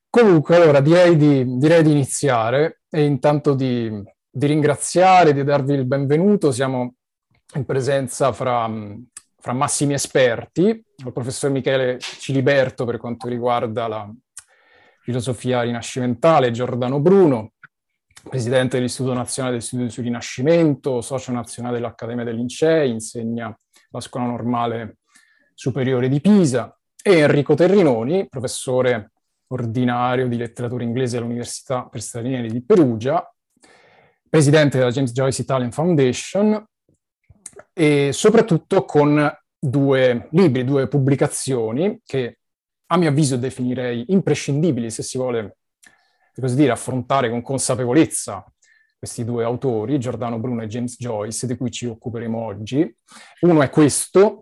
Comunque, allora direi di iniziare e intanto di ringraziare, di darvi il benvenuto. Siamo in presenza fra massimi esperti, il professor Michele Ciliberto per quanto riguarda la filosofia rinascimentale, Giordano Bruno, presidente dell'Istituto Nazionale degli Studi sul Rinascimento, socio nazionale dell'Accademia dei Lincei, insegna la Scuola Normale Superiore di Pisa, e Enrico Terrinoni, professore ordinario di letteratura inglese all'Università per Stranieri di Perugia, presidente della James Joyce Italian Foundation e soprattutto con due libri, due pubblicazioni che a mio avviso definirei imprescindibili se si vuole, per così dire, affrontare con consapevolezza questi due autori, Giordano Bruno e James Joyce, di cui ci occuperemo oggi. Uno è questo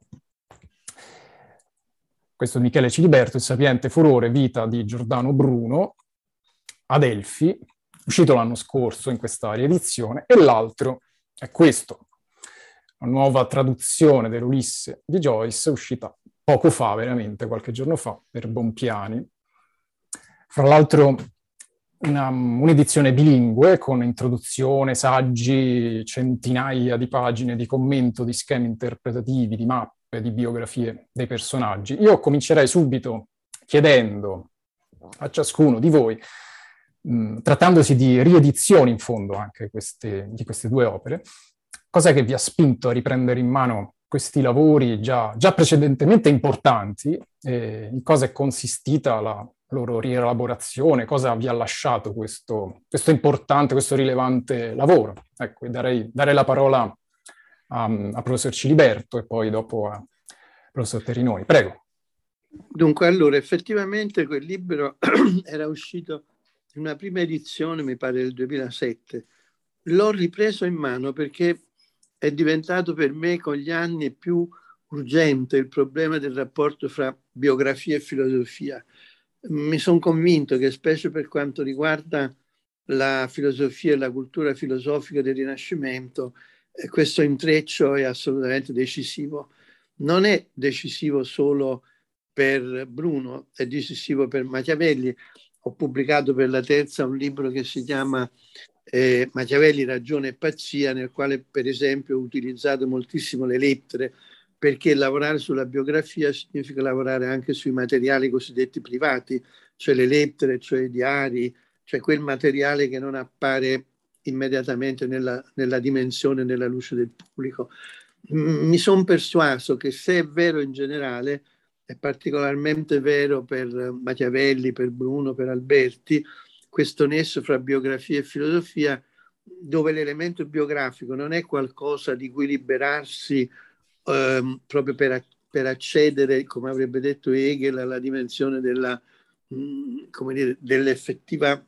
di Michele Ciliberto, Il sapiente furore, vita di Giordano Bruno, Adelphi, uscito l'anno scorso in questa riedizione, e l'altro è questo, una nuova traduzione dell'Ulisse di Joyce, uscita poco fa, veramente, qualche giorno fa, per Bompiani. Fra l'altro un'edizione bilingue con introduzione, saggi, centinaia di pagine di commento, di schemi interpretativi, di mappe, di biografie dei personaggi. Io comincerei subito chiedendo a ciascuno di voi, trattandosi di riedizioni in fondo anche di queste due opere, cos'è che vi ha spinto a riprendere in mano questi lavori già precedentemente importanti, in cosa è consistita la loro rielaborazione, cosa vi ha lasciato questo importante, questo rilevante lavoro. Ecco, darei la parola a professor Ciliberto e poi dopo a professor Terrinoni. Prego. Dunque, allora, effettivamente quel libro era uscito in una prima edizione, mi pare del 2007. L'ho ripreso in mano perché è diventato per me con gli anni più urgente il problema del rapporto fra biografia e filosofia. Mi sono convinto che, specie per quanto riguarda la filosofia e la cultura filosofica del Rinascimento, questo intreccio è assolutamente decisivo. Non è decisivo solo per Bruno, è decisivo per Machiavelli. Ho pubblicato per la terza un libro che si chiama Machiavelli, ragione e pazzia, nel quale per esempio ho utilizzato moltissimo le lettere, perché lavorare sulla biografia significa lavorare anche sui materiali cosiddetti privati, cioè le lettere, cioè i diari, cioè quel materiale che non appare immediatamente nella dimensione, nella luce del pubblico. Mi sono persuaso che, se è vero in generale, è particolarmente vero per Machiavelli, per Bruno, per Alberti, questo nesso fra biografia e filosofia, dove l'elemento biografico non è qualcosa di cui liberarsi proprio per accedere, come avrebbe detto Hegel, alla dimensione come dire, dell'effettiva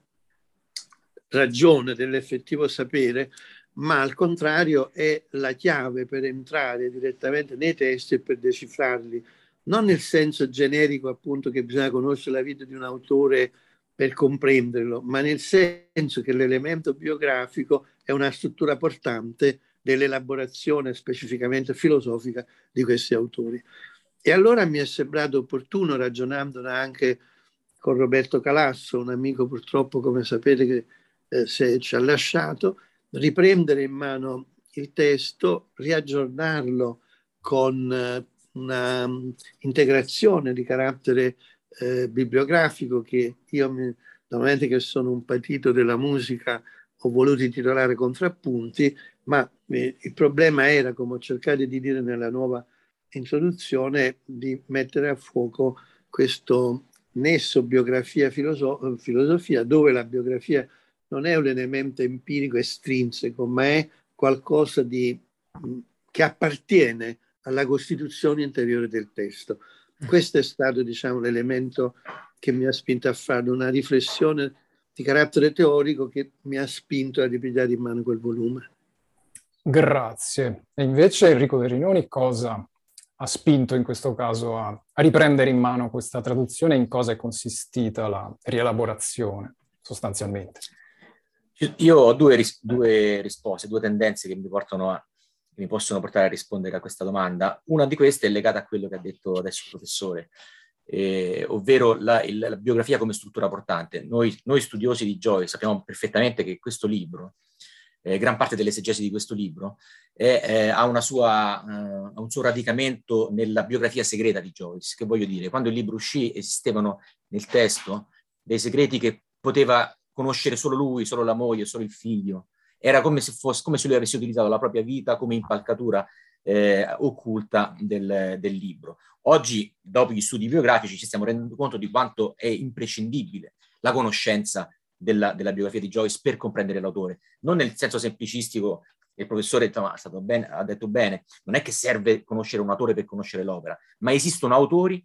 ragione, dell'effettivo sapere, ma al contrario è la chiave per entrare direttamente nei testi e per decifrarli, non nel senso generico appunto che bisogna conoscere la vita di un autore per comprenderlo, ma nel senso che l'elemento biografico è una struttura portante dell'elaborazione specificamente filosofica di questi autori. E allora mi è sembrato opportuno, ragionandone anche con Roberto Calasso, un amico purtroppo, come sapete, che ci ha lasciato, riprendere in mano il testo, riaggiornarlo con una integrazione di carattere bibliografico che io, dal momento che sono un patito della musica, ho voluto intitolare Contrappunti, ma il problema era, come ho cercato di dire nella nuova introduzione, di mettere a fuoco questo nesso biografia-filosofia, dove la biografia non è un elemento empirico estrinseco, ma è qualcosa che appartiene alla costituzione interiore del testo. Questo è stato, diciamo, l'elemento che mi ha spinto a fare una riflessione di carattere teorico che mi ha spinto a ripigliare in mano quel volume. Grazie. E invece Enrico Terrinoni cosa ha spinto in questo caso a riprendere in mano questa traduzione? In cosa è consistita la rielaborazione, sostanzialmente? Io ho due risposte, due tendenze che mi possono portare a rispondere a questa domanda. Una di queste è legata a quello che ha detto adesso il professore. ovvero la biografia come struttura portante. Noi studiosi di Joyce sappiamo perfettamente che questo libro, gran parte dell'esegesi di questo libro, ha un suo radicamento nella biografia segreta di Joyce. Che voglio dire, quando il libro uscì esistevano nel testo dei segreti che poteva conoscere solo lui, solo la moglie, solo il figlio. Era come se lui avesse utilizzato la propria vita come impalcatura occulta del libro. Oggi, dopo gli studi biografici, ci stiamo rendendo conto di quanto è imprescindibile la conoscenza della biografia di Joyce per comprendere l'autore. Non nel senso semplicistico, il professore ha detto bene, non è che serve conoscere un autore per conoscere l'opera, ma esistono autori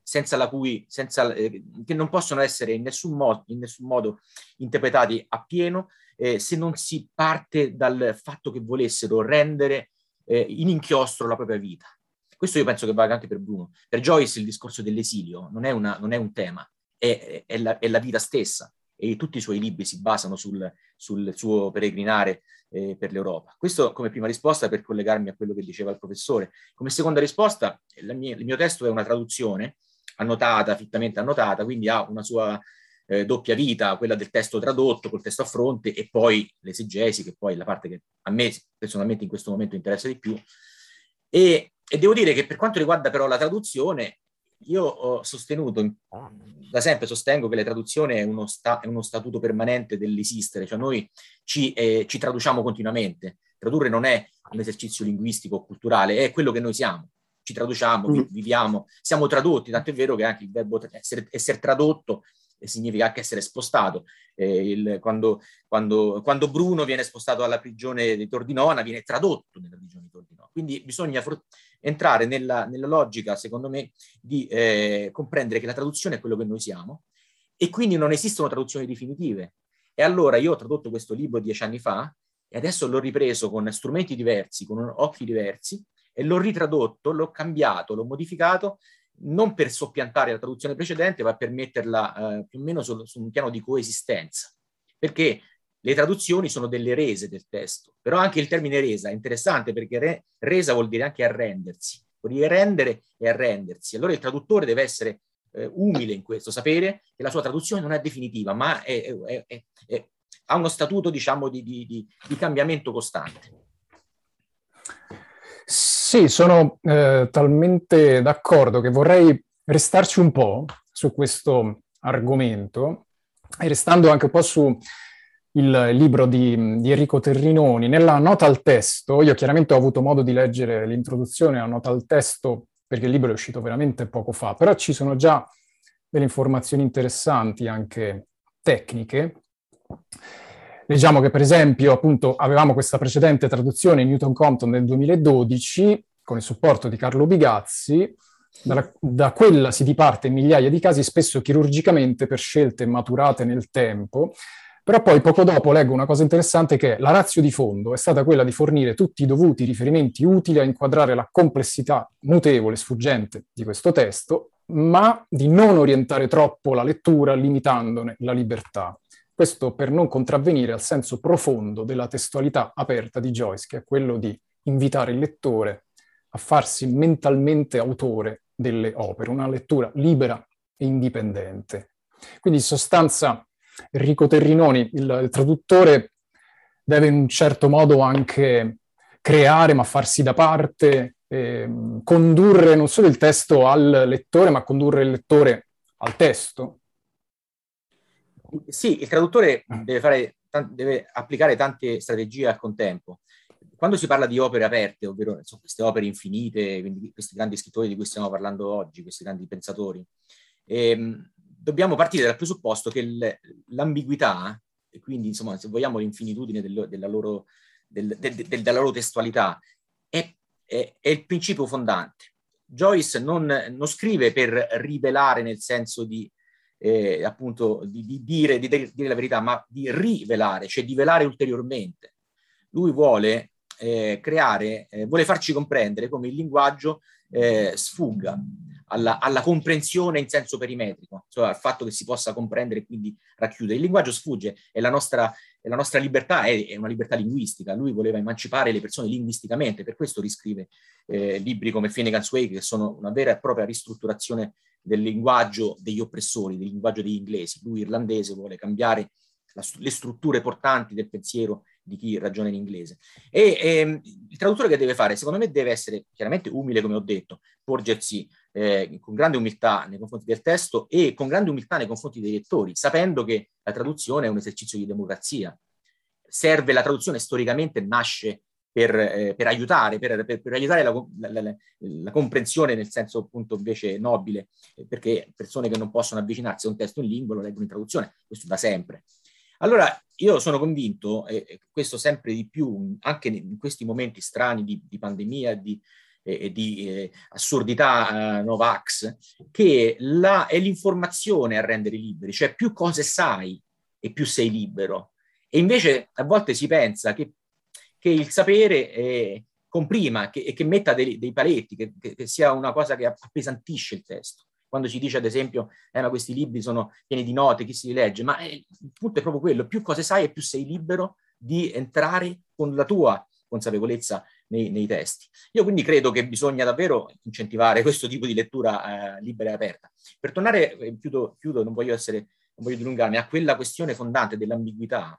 che non possono essere in nessun modo interpretati appieno se non si parte dal fatto che volessero rendere in inchiostro la propria vita. Questo io penso che valga anche per Bruno. Per Joyce il discorso dell'esilio non è un tema, è la vita stessa, e tutti i suoi libri si basano sul suo peregrinare per l'Europa. Questo come prima risposta, per collegarmi a quello che diceva il professore. Come seconda risposta, il mio testo è una traduzione fittamente annotata, quindi ha una sua doppia vita, quella del testo tradotto col testo a fronte, e poi l'esegesi, che poi è la parte che a me personalmente in questo momento interessa di più. E devo dire che per quanto riguarda però la traduzione, io ho da sempre sostengo che la traduzione è uno statuto permanente dell'esistere, cioè noi ci traduciamo continuamente. Tradurre non è un esercizio linguistico o culturale, è quello che noi siamo. Ci traduciamo, viviamo, siamo tradotti, tanto è vero che anche il verbo essere tradotto significa anche essere spostato. Quando Bruno viene spostato alla prigione di Tordinona, viene tradotto nella prigione di Tordinona. Quindi bisogna entrare nella logica, secondo me, di comprendere che la traduzione è quello che noi siamo, e quindi non esistono traduzioni definitive. E allora io ho tradotto questo libro 10 anni fa e adesso l'ho ripreso con strumenti diversi, con occhi diversi, e l'ho ritradotto, l'ho cambiato, l'ho modificato, non per soppiantare la traduzione precedente, ma per metterla più o meno su un piano di coesistenza. Perché le traduzioni sono delle rese del testo, però anche il termine resa è interessante, perché resa vuol dire anche arrendersi, vuol dire rendere e arrendersi. Allora il traduttore deve essere umile in questo, sapere che la sua traduzione non è definitiva, ma ha uno statuto, diciamo, di cambiamento costante. Sì, sono talmente d'accordo che vorrei restarci un po' su questo argomento, e restando anche un po' su il libro di Enrico Terrinoni. Nella nota al testo, io chiaramente ho avuto modo di leggere l'introduzione, la nota al testo, perché il libro è uscito veramente poco fa, però ci sono già delle informazioni interessanti, anche tecniche. Leggiamo che, per esempio, appunto, avevamo questa precedente traduzione in Newton Compton nel 2012, con il supporto di Carlo Bigazzi. Da quella si diparte in migliaia di casi, spesso chirurgicamente per scelte maturate nel tempo. Però poi poco dopo leggo una cosa interessante, che la ratio di fondo è stata quella di fornire tutti i dovuti riferimenti utili a inquadrare la complessità mutevole, sfuggente di questo testo, ma di non orientare troppo la lettura limitandone la libertà. Questo per non contravvenire al senso profondo della testualità aperta di Joyce, che è quello di invitare il lettore a farsi mentalmente autore delle opere, una lettura libera e indipendente. Quindi in sostanza Enrico Terrinoni, il traduttore, deve in un certo modo anche creare, ma farsi da parte, condurre non solo il testo al lettore, ma condurre il lettore al testo. Sì, il traduttore deve applicare tante strategie al contempo. Quando si parla di opere aperte, ovvero queste opere infinite, quindi questi grandi scrittori di cui stiamo parlando oggi, questi grandi pensatori, dobbiamo partire dal presupposto che l'ambiguità, e quindi insomma, se vogliamo l'infinitudine della loro testualità, è il principio fondante. Joyce non scrive per rivelare, nel senso di appunto di dire la verità, ma di rivelare, cioè di velare ulteriormente. Lui vuole vuole farci comprendere come il linguaggio sfugga alla comprensione in senso perimetrico, cioè al fatto che si possa comprendere e quindi racchiudere. Il linguaggio sfugge, e la nostra libertà è una libertà linguistica. Lui voleva emancipare le persone linguisticamente, per questo riscrive libri come Finnegan's Wake, che sono una vera e propria ristrutturazione del linguaggio degli oppressori, del linguaggio degli inglesi. Lui irlandese vuole cambiare le strutture portanti del pensiero di chi ragiona in inglese. E il traduttore che deve fare? Secondo me deve essere chiaramente umile, come ho detto, porgersi con grande umiltà nei confronti del testo e con grande umiltà nei confronti dei lettori, sapendo che la traduzione è un esercizio di democrazia. Serve, la traduzione storicamente nasce per aiutare, per aiutare la comprensione nel senso appunto invece nobile, perché persone che non possono avvicinarsi a un testo in lingua lo leggono in traduzione, questo da sempre. Allora, io sono convinto, e questo sempre di più, anche in questi momenti strani di pandemia e di assurdità Novax, che è l'informazione a rendere liberi, cioè più cose sai e più sei libero. E invece a volte si pensa che il sapere comprima, che metta dei paletti, che sia una cosa che appesantisce il testo. Quando ci dice ad esempio, ma questi libri sono pieni di note, chi si li legge? Ma il punto è proprio quello, più cose sai e più sei libero di entrare con la tua consapevolezza nei testi. Io quindi credo che bisogna davvero incentivare questo tipo di lettura libera e aperta. Per tornare, chiudo, non voglio dilungarmi, a quella questione fondante dell'ambiguità.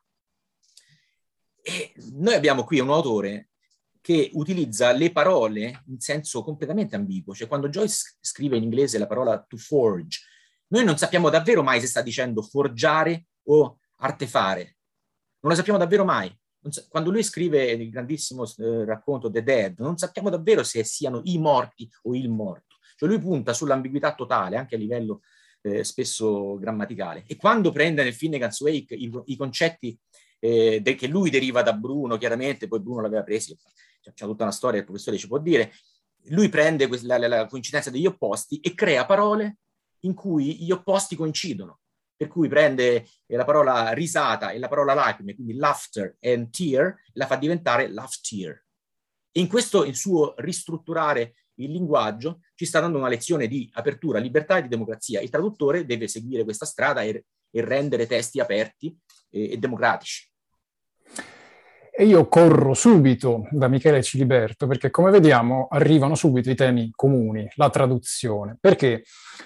E noi abbiamo qui un autore che utilizza le parole in senso completamente ambiguo. Cioè, quando Joyce scrive in inglese la parola to forge, noi non sappiamo davvero mai se sta dicendo forgiare o artefare. Non lo sappiamo davvero mai. Quando lui scrive il grandissimo racconto The Dead, non sappiamo davvero se siano i morti o il morto. Cioè, lui punta sull'ambiguità totale, anche a livello spesso grammaticale. E quando prende nel Finnegans Wake i concetti che lui deriva da Bruno, chiaramente, poi Bruno l'aveva preso, c'è tutta una storia, il professore ci può dire, lui prende la coincidenza degli opposti e crea parole in cui gli opposti coincidono, per cui prende la parola risata e la parola lacrime, quindi laughter and tear, e la fa diventare laugh tear. E in questo il suo ristrutturare il linguaggio ci sta dando una lezione di apertura, libertà e di democrazia. Il traduttore deve seguire questa strada e rendere testi aperti e democratici. E io corro subito da Michele Ciliberto perché, come vediamo, arrivano subito i temi comuni, la traduzione. Perché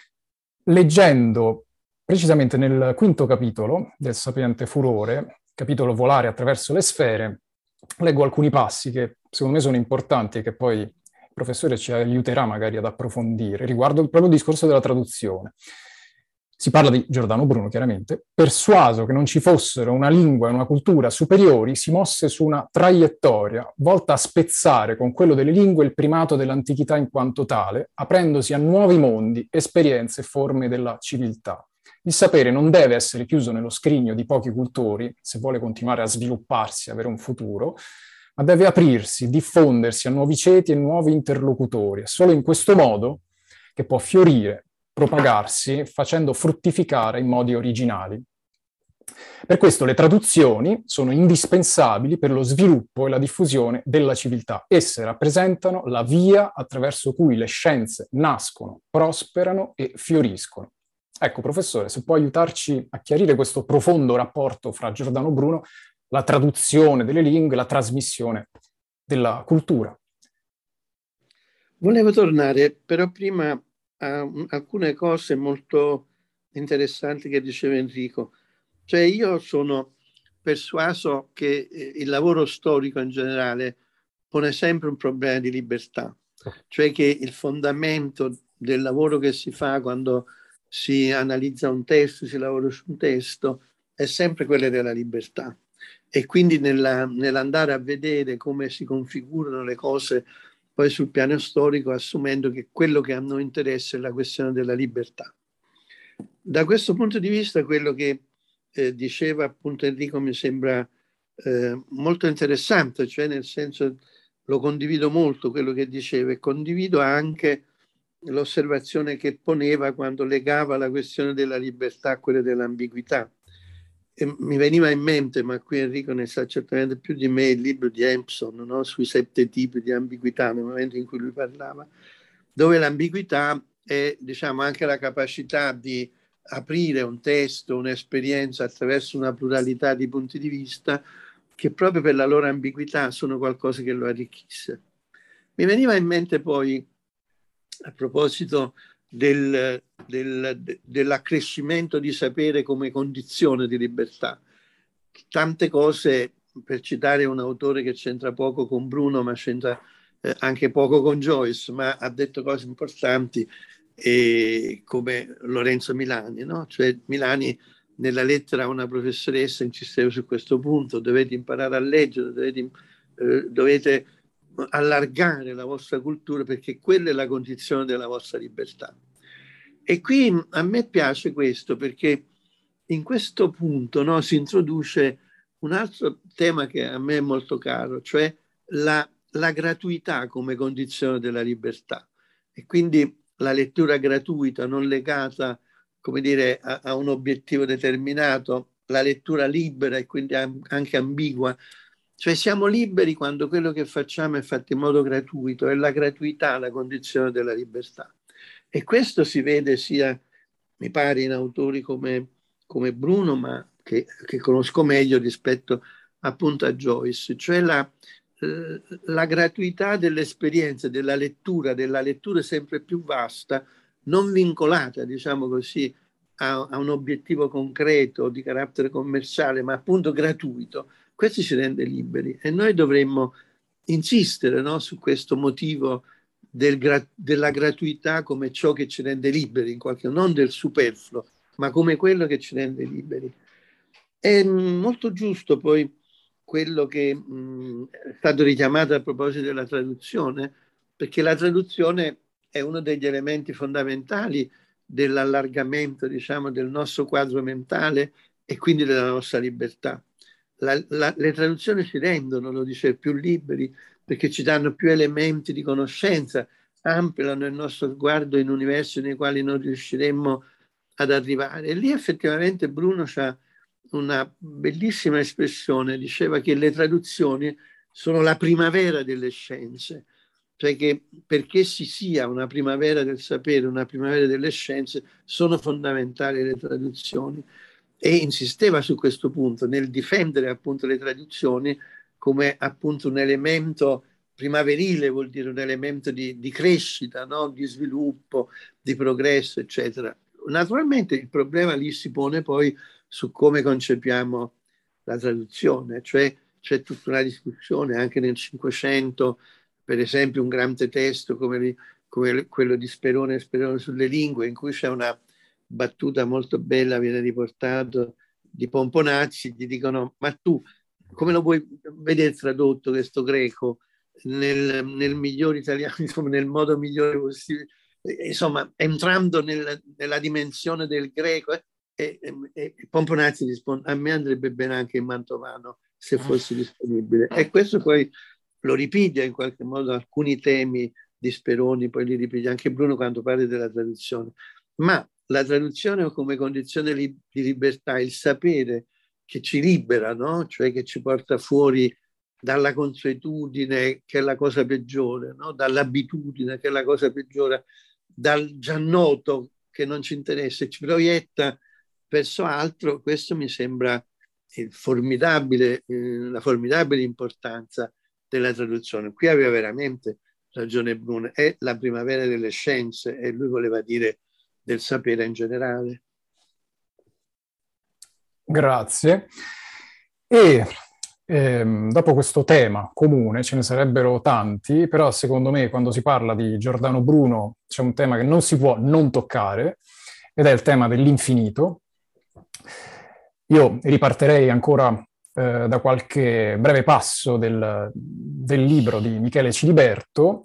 leggendo precisamente nel 5° capitolo del Sapiente Furore, capitolo Volare attraverso le sfere, leggo alcuni passi che secondo me sono importanti e che poi il professore ci aiuterà magari ad approfondire riguardo il proprio discorso della traduzione. Si parla di Giordano Bruno, chiaramente. Persuaso che non ci fossero una lingua e una cultura superiori, si mosse su una traiettoria volta a spezzare con quello delle lingue il primato dell'antichità in quanto tale, aprendosi a nuovi mondi, esperienze e forme della civiltà. Il sapere non deve essere chiuso nello scrigno di pochi cultori, se vuole continuare a svilupparsi, avere un futuro, ma deve aprirsi, diffondersi a nuovi ceti e nuovi interlocutori. È solo in questo modo che può fiorire, propagarsi, facendo fruttificare in modi originali. Per questo le traduzioni sono indispensabili per lo sviluppo e la diffusione della civiltà. Esse rappresentano la via attraverso cui le scienze nascono, prosperano e fioriscono. Ecco, professore, se può aiutarci a chiarire questo profondo rapporto fra Giordano Bruno, la traduzione delle lingue, la trasmissione della cultura. Volevo tornare però prima a alcune cose molto interessanti che diceva Enrico. Cioè, io sono persuaso che il lavoro storico in generale pone sempre un problema di libertà, cioè che il fondamento del lavoro che si fa quando si analizza un testo, si lavora su un testo, è sempre quello della libertà. E quindi nell'andare a vedere come si configurano le cose poi sul piano storico, assumendo che quello che a noi interessa è la questione della libertà. Da questo punto di vista, quello che diceva appunto Enrico mi sembra molto interessante, cioè nel senso lo condivido molto quello che diceva e condivido anche l'osservazione che poneva quando legava la questione della libertà a quella dell'ambiguità. E mi veniva in mente, ma qui Enrico ne sa certamente più di me, il libro di Empson, no? Sui 7 tipi di ambiguità, nel momento in cui lui parlava, dove l'ambiguità è, diciamo, anche la capacità di aprire un testo, un'esperienza attraverso una pluralità di punti di vista che proprio per la loro ambiguità sono qualcosa che lo arricchisse. Mi veniva in mente poi, a proposito del dell'accrescimento di sapere come condizione di libertà. Tante cose, per citare un autore che c'entra poco con Bruno, ma c'entra anche poco con Joyce, ma ha detto cose importanti, come Lorenzo Milani, no? Cioè Milani nella lettera a una professoressa insisteva su questo punto: dovete imparare a leggere, dovete allargare la vostra cultura, perché quella è la condizione della vostra libertà. E qui a me piace questo, perché in questo punto, no, si introduce un altro tema che a me è molto caro, cioè la gratuità come condizione della libertà. E quindi la lettura gratuita, non legata, come dire, a un obiettivo determinato, la lettura libera e quindi anche ambigua. Cioè siamo liberi quando quello che facciamo è fatto in modo gratuito, è la gratuità la condizione della libertà. E questo si vede sia, mi pare, in autori come Bruno, ma che conosco meglio rispetto appunto a Joyce, cioè la gratuità dell'esperienza, della lettura sempre più vasta, non vincolata, diciamo così, a un obiettivo concreto di carattere commerciale, ma appunto gratuito. Questo ci rende liberi e noi dovremmo insistere, no, su questo motivo della gratuità come ciò che ci rende liberi, in qualche modo, non del superfluo, ma come quello che ci rende liberi. È molto giusto poi quello che è stato richiamato a proposito della traduzione, perché la traduzione è uno degli elementi fondamentali dell'allargamento, diciamo, del nostro quadro mentale e quindi della nostra libertà. Le traduzioni ci rendono, lo dice, più liberi, perché ci danno più elementi di conoscenza, ampliano il nostro sguardo in universi nei quali non riusciremmo ad arrivare. E lì effettivamente Bruno c'ha una bellissima espressione, diceva che le traduzioni sono la primavera delle scienze, cioè che perché si sia una primavera del sapere, una primavera delle scienze, sono fondamentali le traduzioni. E insisteva su questo punto, nel difendere appunto le traduzioni come appunto un elemento primaverile, vuol dire un elemento di crescita, no? Di sviluppo, di progresso, eccetera. Naturalmente il problema lì si pone poi su come concepiamo la traduzione, cioè c'è tutta una discussione anche nel Cinquecento, per esempio un grande testo come quello di Sperone sulle lingue, in cui c'è una battuta molto bella, viene riportato, di Pomponazzi, gli dicono: ma tu come lo vuoi vedere tradotto questo greco nel migliore italiano, insomma, nel modo migliore possibile, insomma, entrando nella dimensione del greco? E Pomponazzi risponde: a me andrebbe bene anche in mantovano, se fosse disponibile. E questo poi lo ripiglia in qualche modo alcuni temi di Speroni, poi li ripiglia anche Bruno quando parla della traduzione. Ma la traduzione come condizione di libertà, il sapere che ci libera, no? Cioè che ci porta fuori dalla consuetudine, che è la cosa peggiore, no? Dall'abitudine, che è la cosa peggiore, dal già noto che non ci interessa e ci proietta verso altro. Questo mi sembra la formidabile importanza della traduzione. Qui aveva veramente ragione Bruno, è la primavera delle scienze e lui voleva dire del sapere in generale. Grazie. E dopo questo tema comune ce ne sarebbero tanti, però secondo me quando si parla di Giordano Bruno c'è un tema che non si può non toccare ed è il tema dell'infinito. Io ripartirei ancora da qualche breve passo del libro di Michele Ciliberto.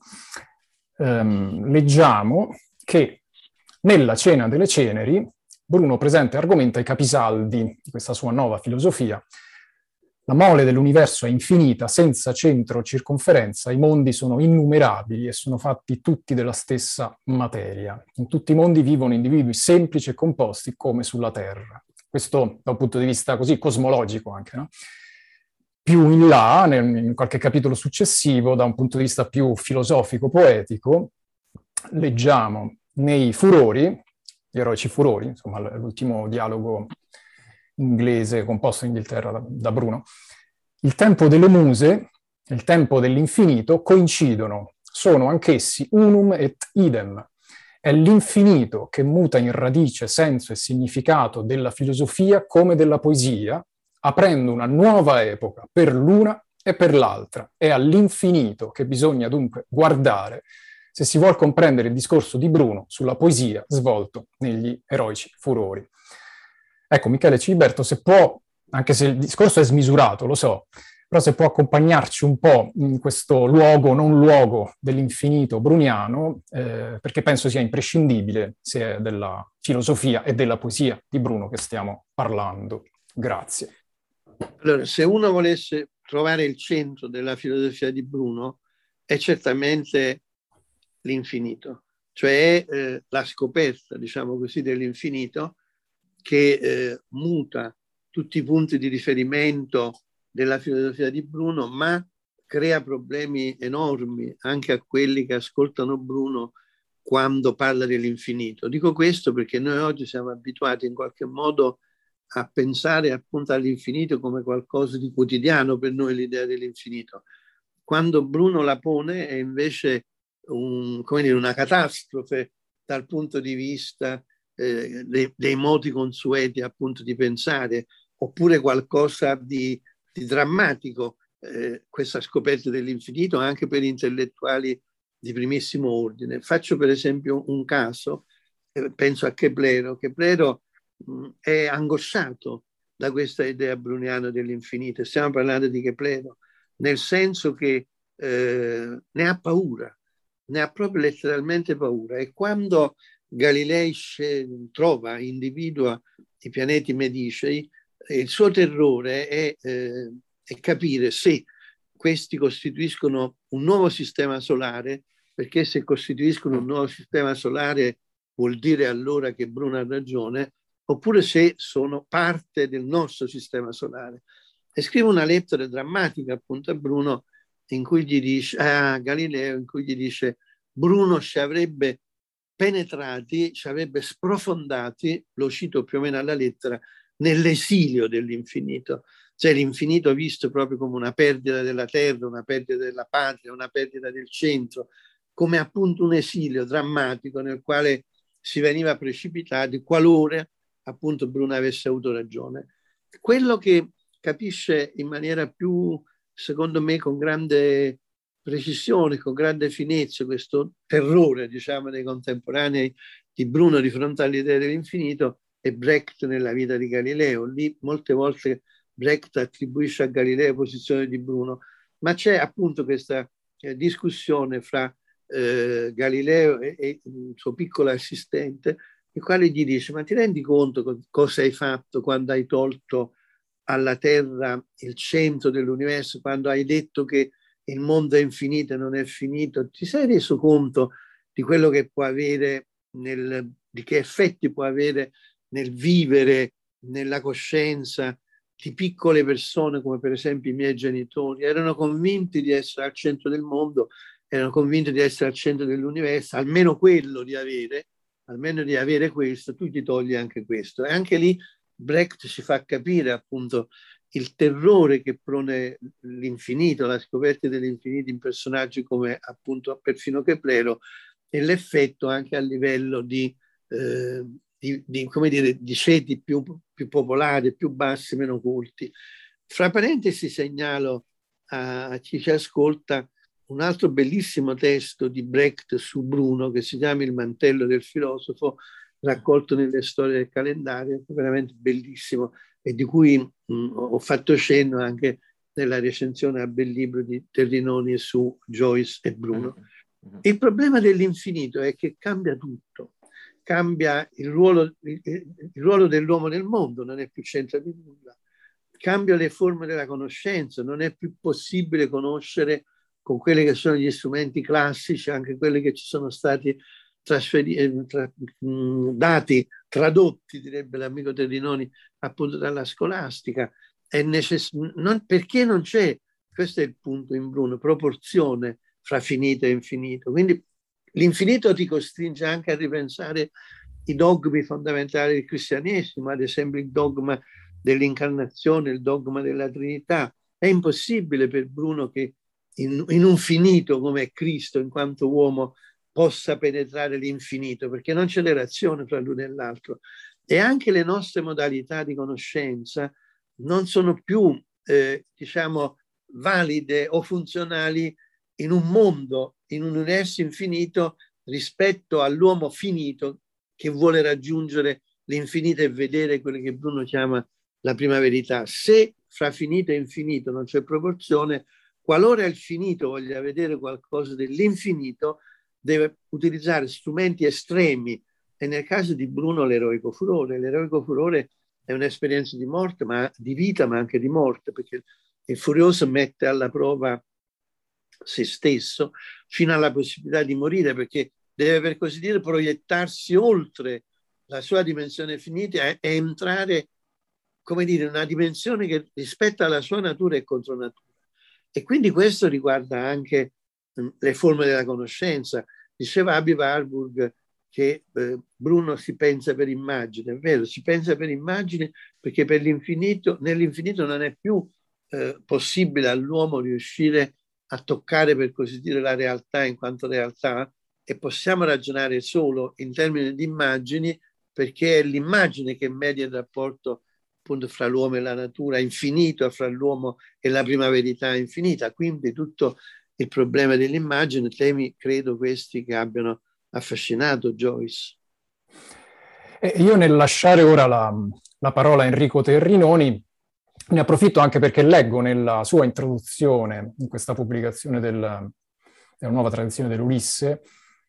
Leggiamo che nella Cena delle Ceneri Bruno presenta e argomenta i capisaldi di questa sua nuova filosofia. La mole dell'universo è infinita, senza centro o circonferenza, i mondi sono innumerabili e sono fatti tutti della stessa materia. In tutti i mondi vivono individui semplici e composti come sulla Terra. Questo da un punto di vista così cosmologico anche, no? Più in là, in qualche capitolo successivo, da un punto di vista più filosofico-poetico, leggiamo nei Furori, gli eroici Furori, insomma l'ultimo dialogo inglese composto in Inghilterra da Bruno, il tempo delle muse e il tempo dell'infinito coincidono, sono anch'essi unum et idem. È l'infinito che muta in radice senso e significato della filosofia come della poesia, aprendo una nuova epoca per l'una e per l'altra. È all'infinito che bisogna dunque guardare se si vuol comprendere il discorso di Bruno sulla poesia svolto negli eroici furori. Ecco, Michele Ciliberto, se può, anche se il discorso è smisurato, lo so, però se può accompagnarci un po' in questo luogo, non luogo dell'infinito bruniano, perché penso sia imprescindibile se è della filosofia e della poesia di Bruno che stiamo parlando. Grazie. Allora, se uno volesse trovare il centro della filosofia di Bruno, è certamente l'infinito, cioè la scoperta, diciamo così, dell'infinito che muta tutti i punti di riferimento della filosofia di Bruno, ma crea problemi enormi anche a quelli che ascoltano Bruno quando parla dell'infinito. Dico questo perché noi oggi siamo abituati in qualche modo a pensare appunto all'infinito come qualcosa di quotidiano per noi, l'idea dell'infinito. Quando Bruno la pone è invece come dire, una catastrofe dal punto di vista dei modi consueti appunto di pensare, oppure qualcosa di drammatico, questa scoperta dell'infinito anche per intellettuali di primissimo ordine. Faccio per esempio un caso, penso a Keplero. Keplero è angosciato da questa idea bruniana dell'infinito. Stiamo parlando di Keplero, nel senso che ne ha paura, ne ha proprio letteralmente paura. E quando Galilei individua i pianeti medicei, il suo terrore è capire se questi costituiscono un nuovo sistema solare, perché se costituiscono un nuovo sistema solare vuol dire allora che Bruno ha ragione, oppure se sono parte del nostro sistema solare. E scrive una lettera drammatica appunto a Bruno, in cui gli dice, a Galileo, in cui gli dice: Bruno ci avrebbe penetrati, ci avrebbe sprofondati, lo cito più o meno alla lettera, nell'esilio dell'infinito, cioè l'infinito visto proprio come una perdita della terra, una perdita della patria, una perdita del centro, come appunto un esilio drammatico nel quale si veniva precipitati qualora appunto Bruno avesse avuto ragione. Quello che capisce in maniera più, secondo me, con grande precisione, con grande finezza, questo terrore, diciamo, dei contemporanei di Bruno di fronte all'idea dell'infinito, è Brecht nella vita di Galileo. Lì molte volte Brecht attribuisce a Galileo posizione di Bruno, ma c'è appunto questa discussione fra Galileo e il suo piccolo assistente, il quale gli dice: ma ti rendi conto cosa hai fatto quando hai tolto alla Terra il centro dell'universo, quando hai detto che il mondo è infinito e non è finito? Ti sei reso conto di quello che può avere, di che effetti può avere nel vivere, nella coscienza di piccole persone come per esempio i miei genitori? Erano convinti di essere al centro del mondo, erano convinti di essere al centro dell'universo, almeno di avere questo, tu ti togli anche questo. E anche lì Brecht ci fa capire appunto il terrore che prone l'infinito, la scoperta dell'infinito in personaggi come appunto perfino Keplero, e l'effetto anche a livello di come dire, di ceti più popolari, più bassi, meno culti. Fra parentesi segnalo a chi ci ascolta un altro bellissimo testo di Brecht su Bruno che si chiama Il mantello del filosofo, raccolto nelle storie del calendario, veramente bellissimo, e di cui ho fatto cenno anche nella recensione a bel libro di Terrinoni su Joyce e Bruno. Il problema dell'infinito è che cambia tutto, cambia il ruolo dell'uomo nel mondo, non è più centro di nulla, cambia le forme della conoscenza, non è più possibile conoscere con quelli che sono gli strumenti classici, anche quelli che ci sono stati tradotti, direbbe l'amico Terrinoni, appunto dalla scolastica. Perché non c'è, questo è il punto in Bruno, proporzione fra finito e infinito. Quindi l'infinito ti costringe anche a ripensare i dogmi fondamentali del cristianesimo, ad esempio il dogma dell'incarnazione, il dogma della Trinità. È impossibile per Bruno che in un finito come Cristo, in quanto uomo, possa penetrare l'infinito, perché non c'è relazione fra l'uno e l'altro. E anche le nostre modalità di conoscenza non sono più, diciamo, valide o funzionali in un mondo, in un universo infinito rispetto all'uomo finito che vuole raggiungere l'infinito e vedere quello che Bruno chiama la prima verità. Se fra finito e infinito non c'è proporzione, qualora il finito voglia vedere qualcosa dell'infinito, deve utilizzare strumenti estremi, e nel caso di Bruno l'eroico furore. L'eroico furore è un'esperienza di morte, ma di vita, ma anche di morte, perché il furioso mette alla prova se stesso fino alla possibilità di morire, perché deve, per così dire, proiettarsi oltre la sua dimensione finita e entrare, come dire, in una dimensione che rispetto alla sua natura è contro natura. E quindi questo riguarda anche le forme della conoscenza. Diceva Aby Warburg che Bruno si pensa per immagine. È vero, si pensa per immagine perché per l'infinito, nell'infinito non è più possibile all'uomo riuscire a toccare, per così dire, la realtà in quanto realtà, e possiamo ragionare solo in termini di immagini, perché è l'immagine che media il rapporto appunto fra l'uomo e la natura infinito, fra l'uomo e la prima verità infinita. Quindi tutto il problema dell'immagine, temi credo questi che abbiano affascinato Joyce. Io nel lasciare ora la parola a Enrico Terrinoni ne approfitto anche perché leggo nella sua introduzione, in questa pubblicazione della nuova tradizione dell'Ulisse,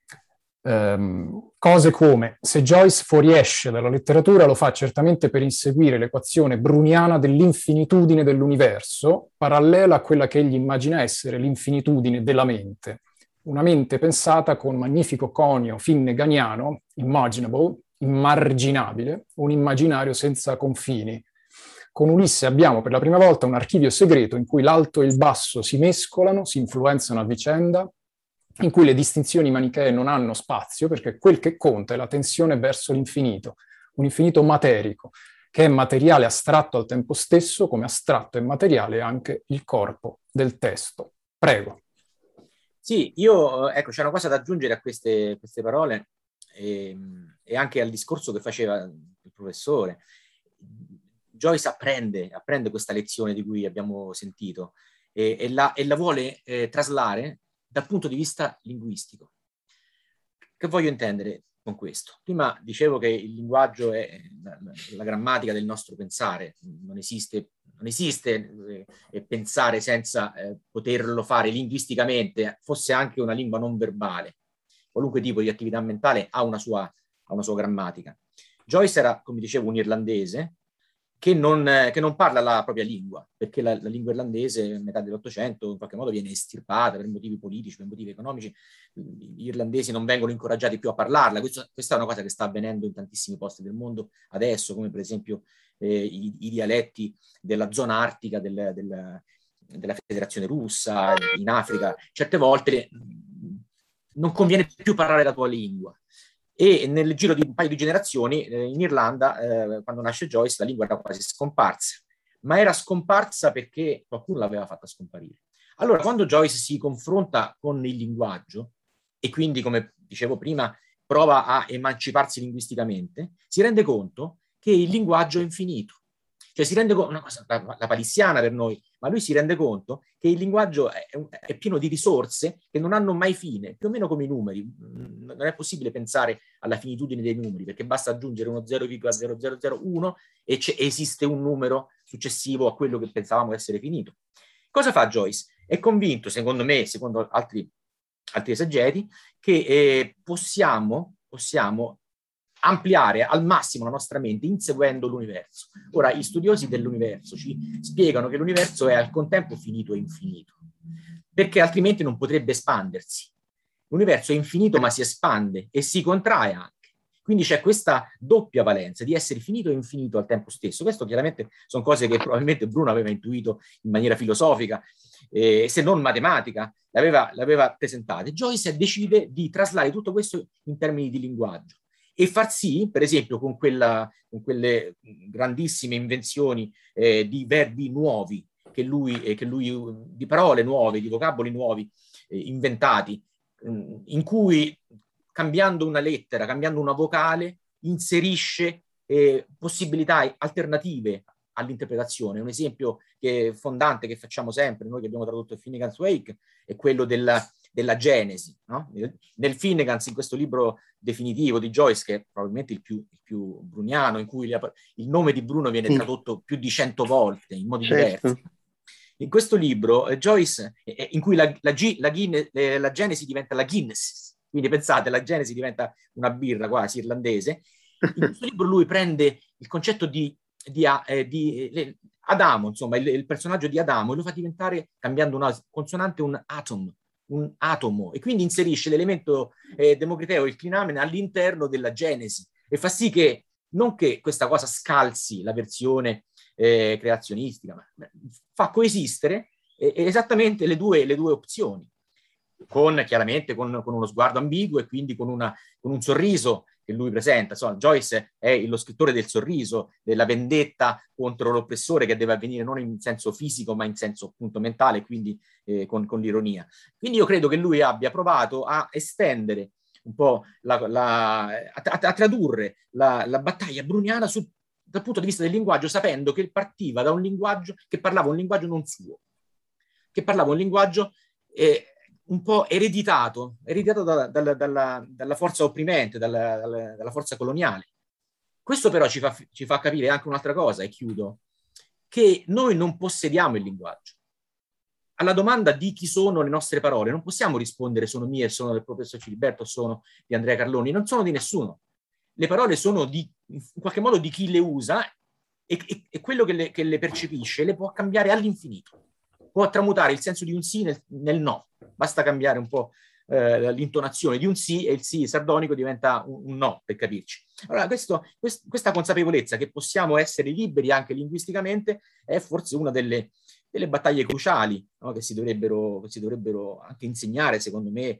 cose come: se Joyce fuoriesce dalla letteratura lo fa certamente per inseguire l'equazione bruniana dell'infinitudine dell'universo, parallela a quella che egli immagina essere l'infinitudine della mente. Una mente pensata con magnifico conio finneganiano, imaginable, immarginabile, un immaginario senza confini. Con Ulisse abbiamo per la prima volta un archivio segreto in cui l'alto e il basso si mescolano, si influenzano a vicenda, in cui le distinzioni manichee non hanno spazio, perché quel che conta è la tensione verso l'infinito, un infinito materico, che è materiale astratto al tempo stesso, come astratto e materiale anche il corpo del testo. Prego. Sì, io, ecco, c'è una cosa da aggiungere a queste parole e anche al discorso che faceva il professore. Joyce apprende questa lezione di cui abbiamo sentito e la vuole traslare dal punto di vista linguistico. Che voglio intendere con questo? Prima dicevo che il linguaggio è la grammatica del nostro pensare, non esiste pensare senza poterlo fare linguisticamente, fosse anche una lingua non verbale. Qualunque tipo di attività mentale ha una sua grammatica. Joyce era, come dicevo, un irlandese che non parla la propria lingua, perché la lingua irlandese a metà dell'Ottocento in qualche modo viene estirpata per motivi politici, per motivi economici. Gli irlandesi non vengono incoraggiati più a parlarla. Questa è una cosa che sta avvenendo in tantissimi posti del mondo adesso, come per esempio i dialetti della zona artica della Federazione Russa, in Africa. Certe volte non conviene più parlare la tua lingua. E nel giro di un paio di generazioni in Irlanda, quando nasce Joyce, la lingua era quasi scomparsa, ma era scomparsa perché qualcuno l'aveva fatta scomparire. Allora, quando Joyce si confronta con il linguaggio e quindi, come dicevo prima, prova a emanciparsi linguisticamente, si rende conto che il linguaggio è infinito. Cioè si rende conto, una cosa, la palissiana per noi, ma lui si rende conto che il linguaggio è pieno di risorse che non hanno mai fine, più o meno come i numeri. Non è possibile pensare alla finitudine dei numeri, perché basta aggiungere uno 0,0001 e esiste un numero successivo a quello che pensavamo essere finito. Cosa fa Joyce? È convinto, secondo me, secondo altri esegeti, che possiamo ampliare al massimo la nostra mente inseguendo l'universo. Ora, gli studiosi dell'universo ci spiegano che l'universo è al contempo finito e infinito, perché altrimenti non potrebbe espandersi. L'universo è infinito ma si espande e si contrae anche. Quindi c'è questa doppia valenza di essere finito e infinito al tempo stesso. Questo chiaramente sono cose che probabilmente Bruno aveva intuito in maniera filosofica, se non matematica, l'aveva presentate. Joyce decide di traslare tutto questo in termini di linguaggio e far sì, per esempio, con quelle grandissime invenzioni di verbi nuovi che lui di parole nuove, di vocaboli nuovi inventati, in cui cambiando una lettera, cambiando una vocale, inserisce possibilità alternative all'interpretazione. Un esempio fondante che facciamo sempre, noi che abbiamo tradotto il Finnegan's Wake, è quello della Genesi, no? Nel Finnegans, in questo libro definitivo di Joyce, che è probabilmente il più bruniano, in cui il nome di Bruno viene tradotto più di 100 volte in modi diversi. In questo libro Joyce, in cui la Genesi diventa la Guinness, quindi pensate, la Genesi diventa una birra quasi irlandese. In questo libro lui prende il concetto di Adamo, insomma, il personaggio di Adamo, e lo fa diventare, cambiando una consonante, un atomo, e quindi inserisce l'elemento democriteo, il clinamen, all'interno della Genesi, e fa sì che, non che questa cosa scalzi la versione creazionistica, ma fa coesistere esattamente le due opzioni, chiaramente con uno sguardo ambiguo, e quindi con un sorriso che lui presenta. Insomma, Joyce è lo scrittore del sorriso, della vendetta contro l'oppressore, che deve avvenire non in senso fisico ma in senso appunto mentale, quindi con l'ironia. Quindi io credo che lui abbia provato a estendere un po' a tradurre la battaglia bruniana dal punto di vista del linguaggio, sapendo che partiva da un linguaggio che parlava un linguaggio non suo, che parlava un linguaggio un po' ereditato dalla forza opprimente, dalla forza coloniale. Questo però ci fa capire anche un'altra cosa, e chiudo, che noi non possediamo il linguaggio. Alla domanda di chi sono le nostre parole non possiamo rispondere sono mie, sono del professor Ciliberto, sono di Andrea Carloni, non sono di nessuno. Le parole sono in qualche modo di chi le usa, e quello che le percepisce le può cambiare all'infinito. Può tramutare il senso di un sì nel no. Basta cambiare un po' l'intonazione di un sì, e il sì sardonico diventa un no, per capirci. Allora, questa consapevolezza che possiamo essere liberi anche linguisticamente è forse una delle battaglie cruciali, no? che si dovrebbero anche insegnare, secondo me,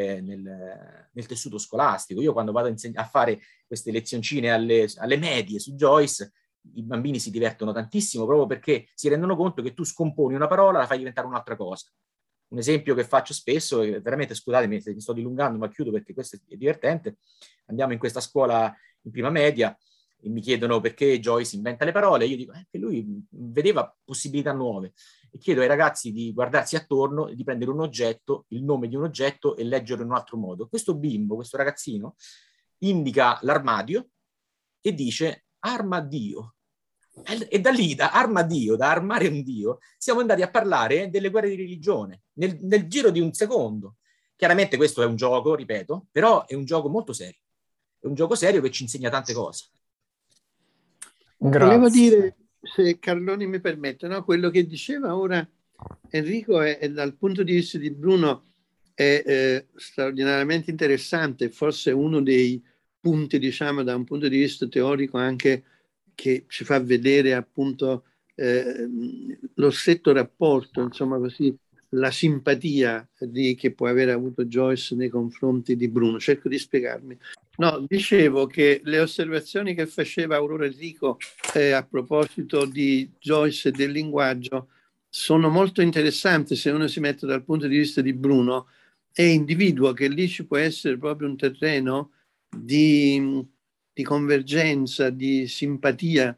nel tessuto scolastico. Io quando vado a fare queste lezioncine alle medie su Joyce, i bambini si divertono tantissimo, proprio perché si rendono conto che tu scomponi una parola, la fai diventare un'altra cosa. Un esempio che faccio spesso, veramente scusatemi se mi sto dilungando, ma chiudo perché questo è divertente. Andiamo in questa scuola in prima media e mi chiedono perché Joyce inventa le parole. Io dico che lui vedeva possibilità nuove, e chiedo ai ragazzi di guardarsi attorno e di prendere un oggetto, il nome di un oggetto, e leggerlo in un altro modo. Questo bimbo, questo ragazzino, indica l'armadio e dice armadio. E da lì, da armadio, da armare un dio, siamo andati a parlare delle guerre di religione nel giro di un secondo. Chiaramente questo è un gioco, ripeto, però è un gioco molto serio. È un gioco serio che ci insegna tante cose. Grazie. Volevo dire, se Carloni mi permette, no? Quello che diceva ora Enrico è dal punto di vista di Bruno è straordinariamente interessante, forse uno dei punti, diciamo, da un punto di vista teorico anche, che ci fa vedere appunto lo stretto rapporto, insomma così, la simpatia che può aver avuto Joyce nei confronti di Bruno. Cerco di spiegarmi. No, dicevo che le osservazioni che faceva Aurora Enrico a proposito di Joyce e del linguaggio sono molto interessanti se uno si mette dal punto di vista di Bruno, e individua che lì ci può essere proprio un terreno di convergenza, di simpatia,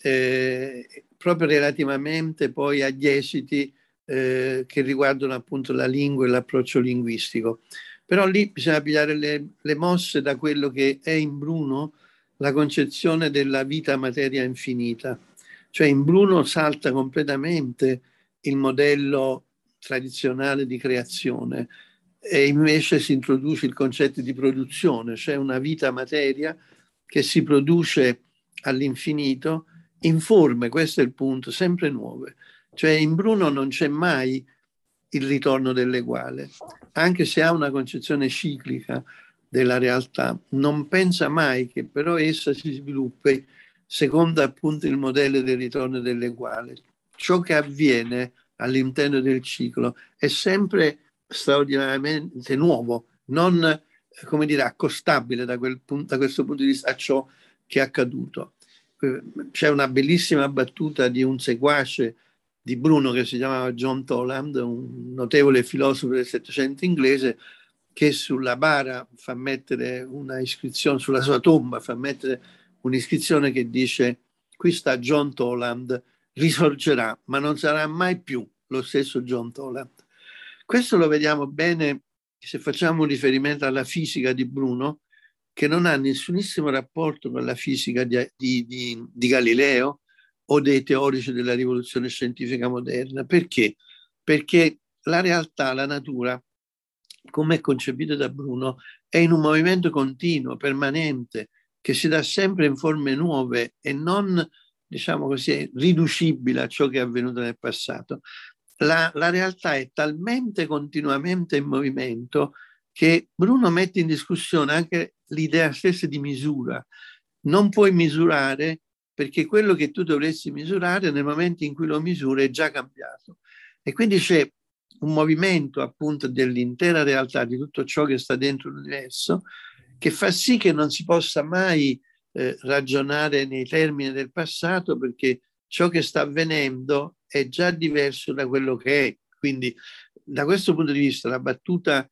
proprio relativamente poi agli esiti che riguardano appunto la lingua e l'approccio linguistico. Però lì bisogna pigliare le mosse da quello che è in Bruno la concezione della vita materia infinita. Cioè in Bruno salta completamente il modello tradizionale di creazione, e invece si introduce il concetto di produzione, cioè una vita materia che si produce all'infinito in forme, questo è il punto, sempre nuove. Cioè in Bruno non c'è mai il ritorno dell'eguale, anche se ha una concezione ciclica della realtà, non pensa mai che però essa si sviluppi secondo appunto il modello del ritorno dell'eguale. Ciò che avviene all'interno del ciclo è sempre straordinariamente nuovo, non come dire accostabile da questo punto di vista a ciò che è accaduto. C'è una bellissima battuta di un seguace di Bruno che si chiamava John Toland, un notevole filosofo del Settecento inglese, che sulla bara fa mettere una iscrizione, sulla sua tomba fa mettere un'iscrizione che dice: qui sta John Toland, risorgerà, ma non sarà mai più lo stesso John Toland. Questo lo vediamo bene se facciamo un riferimento alla fisica di Bruno, che non ha nessunissimo rapporto con la fisica di Galileo o dei teorici della rivoluzione scientifica moderna. Perché? Perché la realtà, la natura, come è concepita da Bruno, è in un movimento continuo, permanente, che si dà sempre in forme nuove e non, diciamo così, riducibile a ciò che è avvenuto nel passato. La realtà è talmente continuamente in movimento che Bruno mette in discussione anche l'idea stessa di misura. Non puoi misurare perché quello che tu dovresti misurare nel momento in cui lo misuri è già cambiato. E quindi c'è un movimento appunto dell'intera realtà, di tutto ciò che sta dentro l'universo, che fa sì che non si possa mai ragionare nei termini del passato, perché ciò che sta avvenendo è già diverso da quello che è. Quindi da questo punto di vista la battuta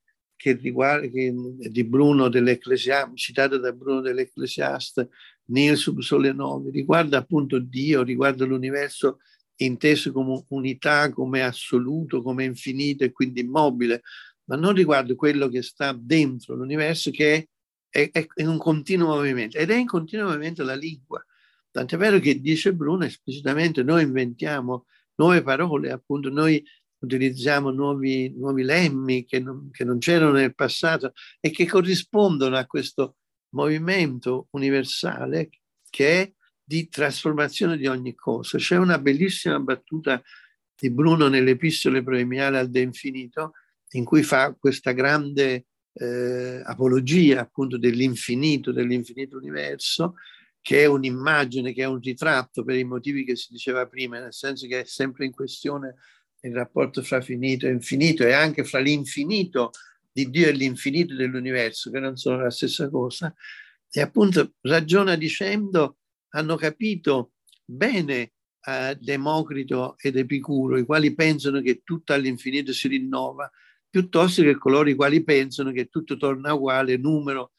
di Bruno dell'Ecclesiaste, citata da Bruno dell'Ecclesiaste, nil sub sole novi, riguarda appunto Dio, riguarda l'universo inteso come unità, come assoluto, come infinito e quindi immobile, ma non riguarda quello che sta dentro l'universo, che è in un continuo movimento, ed è in continuo movimento la lingua. Tant'è vero che dice Bruno esplicitamente: noi inventiamo nuove parole, appunto noi utilizziamo nuovi lemmi che non c'erano nel passato e che corrispondono a questo movimento universale che è di trasformazione di ogni cosa. C'è una bellissima battuta di Bruno nelle epistole proemiali al De Infinito, in cui fa questa grande apologia appunto dell'infinito universo, che è un'immagine, che è un ritratto per i motivi che si diceva prima, nel senso che è sempre in questione il rapporto fra finito e infinito, e anche fra l'infinito di Dio e l'infinito dell'universo, che non sono la stessa cosa. E appunto ragiona dicendo: hanno capito bene Democrito ed Epicuro, i quali pensano che tutto all'infinito si rinnova, piuttosto che coloro i quali pensano che tutto torna uguale, il numero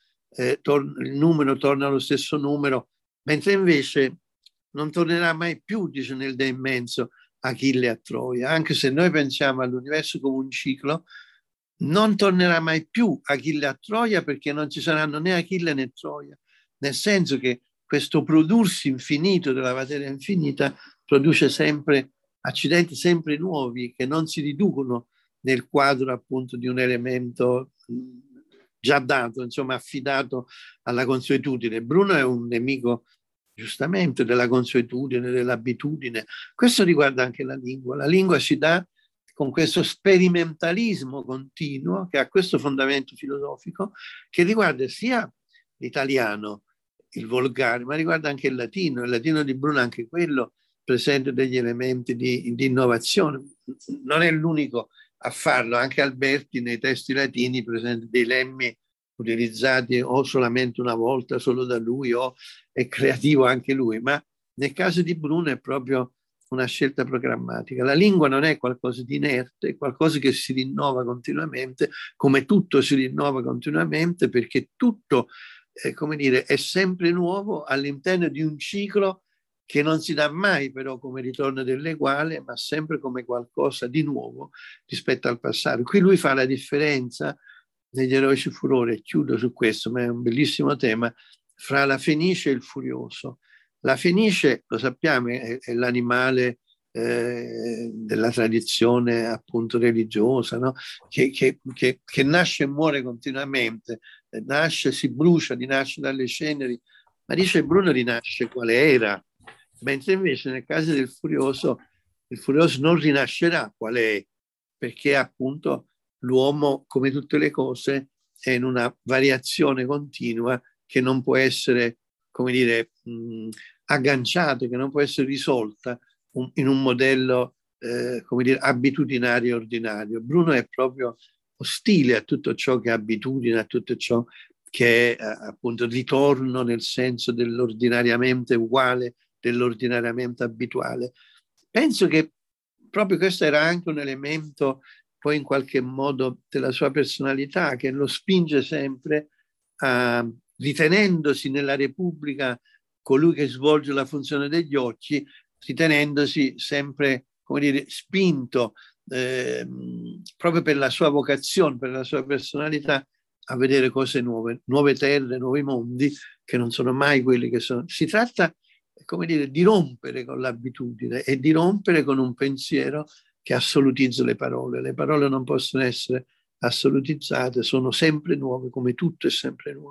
torna allo stesso numero, mentre invece non tornerà mai più, dice nel De Immenso, Achille a Troia. Anche se noi pensiamo all'universo come un ciclo, non tornerà mai più Achille a Troia, perché non ci saranno né Achille né Troia, nel senso che questo prodursi infinito della materia infinita produce sempre accidenti sempre nuovi che non si riducono nel quadro appunto di un elemento già dato, insomma affidato alla consuetudine. Bruno è un nemico giustamente della consuetudine, dell'abitudine. Questo riguarda anche la lingua. La lingua si dà con questo sperimentalismo continuo che ha questo fondamento filosofico, che riguarda sia l'italiano, il volgare, ma riguarda anche il latino. Il latino di Bruno, anche quello, presenta degli elementi di innovazione. Non è l'unico a farlo, anche Alberti nei testi latini presenta dei lemmi utilizzati o solamente una volta, solo da lui, o è creativo anche lui, ma nel caso di Bruno è proprio una scelta programmatica. La lingua non è qualcosa di inerte, è qualcosa che si rinnova continuamente, come tutto si rinnova continuamente, perché tutto, come dire, è sempre nuovo all'interno di un ciclo che non si dà mai però come ritorno dell'eguale, ma sempre come qualcosa di nuovo rispetto al passato. Qui lui fa la differenza negli eroici furori, chiudo su questo, ma è un bellissimo tema, fra la fenice e il furioso. La fenice, lo sappiamo, è l'animale della tradizione appunto religiosa, no? che nasce e muore continuamente, nasce, si brucia, rinasce dalle ceneri, ma dice Bruno rinasce quale era, mentre invece nel caso del furioso, il furioso non rinascerà quale è, perché appunto l'uomo, come tutte le cose, è in una variazione continua che non può essere, come dire, agganciato, che non può essere risolta in un modello, come dire, abitudinario e ordinario. Bruno è proprio ostile a tutto ciò che è abitudine, a tutto ciò che è appunto ritorno nel senso dell'ordinariamente uguale, dell'ordinariamente abituale. Penso che proprio questo era anche un elemento poi in qualche modo della sua personalità, che lo spinge sempre a, ritenendosi nella Repubblica colui che svolge la funzione degli occhi, ritenendosi sempre, come dire, spinto proprio per la sua vocazione, per la sua personalità, a vedere cose nuove, nuove terre, nuovi mondi che non sono mai quelli che sono. Si tratta, come dire, di rompere con l'abitudine e di rompere con un pensiero che assolutizza le parole. Le parole non possono essere assolutizzate, sono sempre nuove, come tutto è sempre nuovo.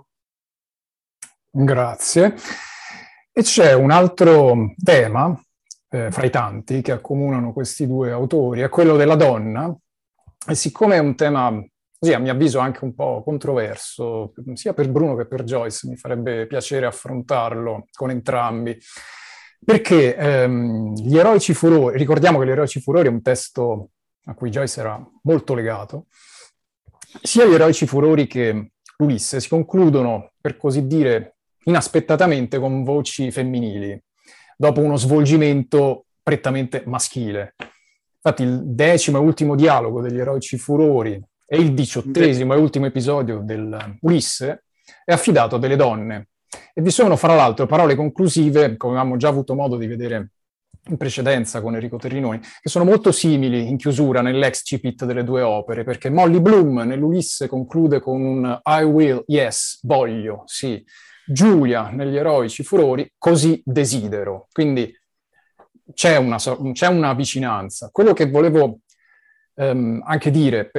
Grazie. E c'è un altro tema, fra i tanti, che accomunano questi due autori, è quello della donna. E siccome è un tema, così a mio avviso, anche un po' controverso, sia per Bruno che per Joyce, mi farebbe piacere affrontarlo con entrambi. Perché Gli eroici furori, ricordiamo che Gli eroici furori è un testo a cui Joyce era molto legato, sia Gli eroici furori che Ulisse si concludono, per così dire, inaspettatamente con voci femminili, dopo uno svolgimento prettamente maschile. Infatti il 10° e ultimo dialogo degli eroici furori e il 18° e ultimo episodio dell'Ulisse è affidato a delle donne. E vi sono, fra l'altro, parole conclusive, come avevamo già avuto modo di vedere in precedenza con Enrico Terrinoni, che sono molto simili in chiusura nell'excipit delle due opere, perché Molly Bloom nell'Ulisse conclude con un I will, yes, voglio, sì. Giulia negli eroici furori, così desidero. Quindi c'è una vicinanza. Quello che volevo anche dire,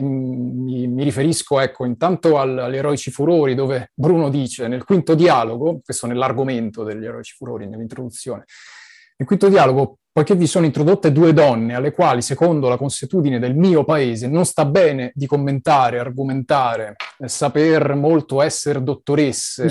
mi riferisco, ecco, intanto agli eroici furori, dove Bruno dice nel quinto dialogo, questo nell'argomento degli eroici furori, nell'introduzione, nel quinto dialogo, poiché vi sono introdotte due donne alle quali, secondo la consuetudine del mio paese, non sta bene di commentare, argomentare, saper molto essere dottoresse.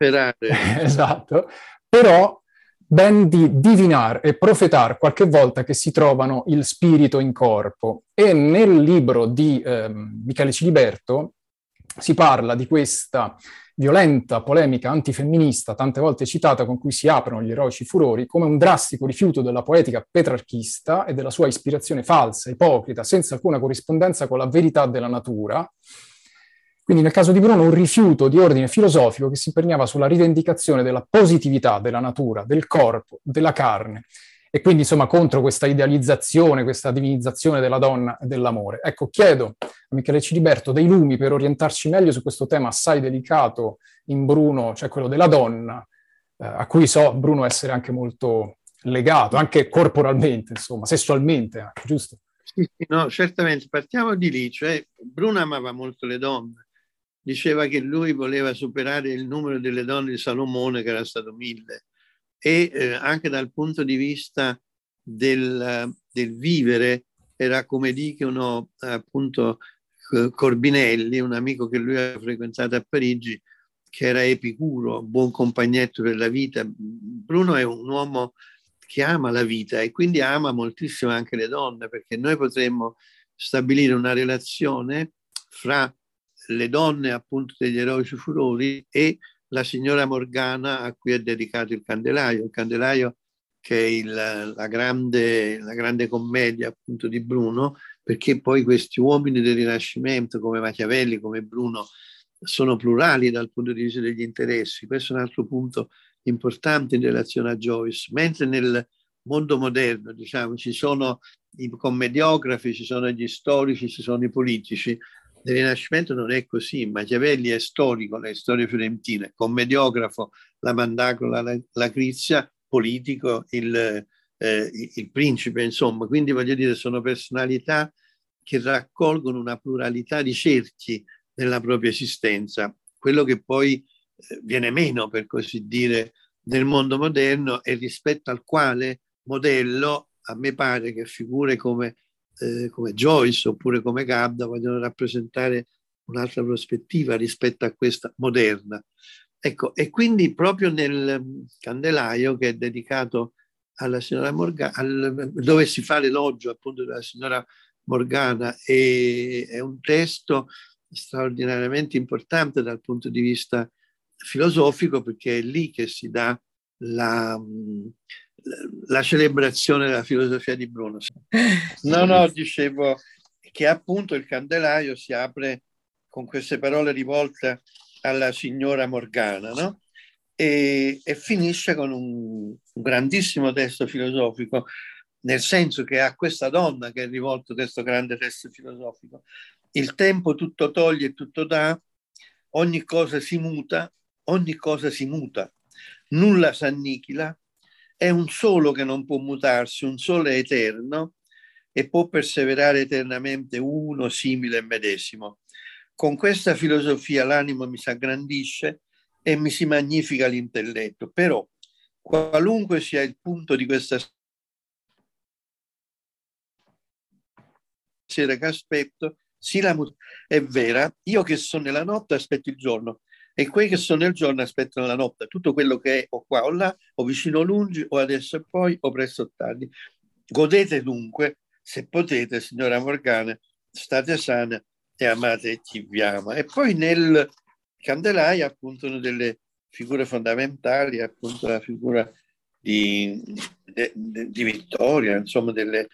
Esatto. Però ben di divinar e profetar qualche volta che si trovano il spirito in corpo. E nel libro di Michele Ciliberto si parla di questa violenta polemica antifemminista, tante volte citata, con cui si aprono gli eroici furori, come un drastico rifiuto della poetica petrarchista e della sua ispirazione falsa, ipocrita, senza alcuna corrispondenza con la verità della natura. Quindi nel caso di Bruno un rifiuto di ordine filosofico che si impegnava sulla rivendicazione della positività della natura, del corpo, della carne, e quindi insomma contro questa idealizzazione, questa divinizzazione della donna e dell'amore. Ecco, chiedo a Michele Ciliberto dei lumi per orientarci meglio su questo tema assai delicato in Bruno, cioè quello della donna, a cui so Bruno essere anche molto legato, anche corporalmente, insomma, sessualmente anche, giusto? Sì, no, certamente, partiamo di lì, cioè Bruno amava molto le donne, diceva che lui voleva superare il numero delle donne di Salomone, che era stato 1000, e anche dal punto di vista del vivere era, come dicono appunto Corbinelli, un amico che lui aveva frequentato a Parigi, che era epicuro, buon compagnetto per la vita. Bruno è un uomo che ama la vita e quindi ama moltissimo anche le donne, perché noi potremmo stabilire una relazione fra le donne appunto degli eroici furori e la signora Morgana a cui è dedicato il Candelaio che è la grande commedia appunto di Bruno, perché poi questi uomini del Rinascimento come Machiavelli, come Bruno, sono plurali dal punto di vista degli interessi. Questo è un altro punto importante in relazione a Joyce, mentre nel mondo moderno, diciamo, ci sono i commediografi, ci sono gli storici, ci sono i politici. Nel Rinascimento non è così. Machiavelli è storico, le storie fiorentine, commediografo, la Mandacola, la Crizia, politico, il principe, insomma. Quindi voglio dire, sono personalità che raccolgono una pluralità di cerchi nella propria esistenza. Quello che poi viene meno, per così dire, nel mondo moderno e rispetto al quale modello, a me pare che figure come Joyce oppure come Gadda vogliono rappresentare un'altra prospettiva rispetto a questa moderna. Ecco, e quindi proprio nel Candelaio, che è dedicato alla signora Morgana, dove si fa l'elogio appunto della signora Morgana, è un testo straordinariamente importante dal punto di vista filosofico, perché è lì che si dà la celebrazione della filosofia di Bruno. No, dicevo, che appunto il candelaio si apre con queste parole rivolte alla signora Morgana, no? E finisce con un grandissimo testo filosofico, nel senso che a questa donna che è rivolto questo grande testo filosofico: il tempo tutto toglie e tutto dà, ogni cosa si muta, ogni cosa si muta, nulla s'annichila, è un solo che non può mutarsi, un solo è eterno e può perseverare eternamente uno simile e medesimo. Con questa filosofia l'animo mi si aggrandisce e mi si magnifica l'intelletto, però qualunque sia il punto di questa sera che aspetto, sì, è vera, io che sono nella notte aspetto il giorno e quelli che sono nel giorno aspettano la notte. Tutto quello che è o qua o là, o vicino o lungi, o adesso e poi, o presto o tardi. Godete dunque, se potete, signora Morgana, state sane e amate chi vi ama. E poi nel candelaio appunto una delle figure fondamentali, appunto la figura di Vittoria, insomma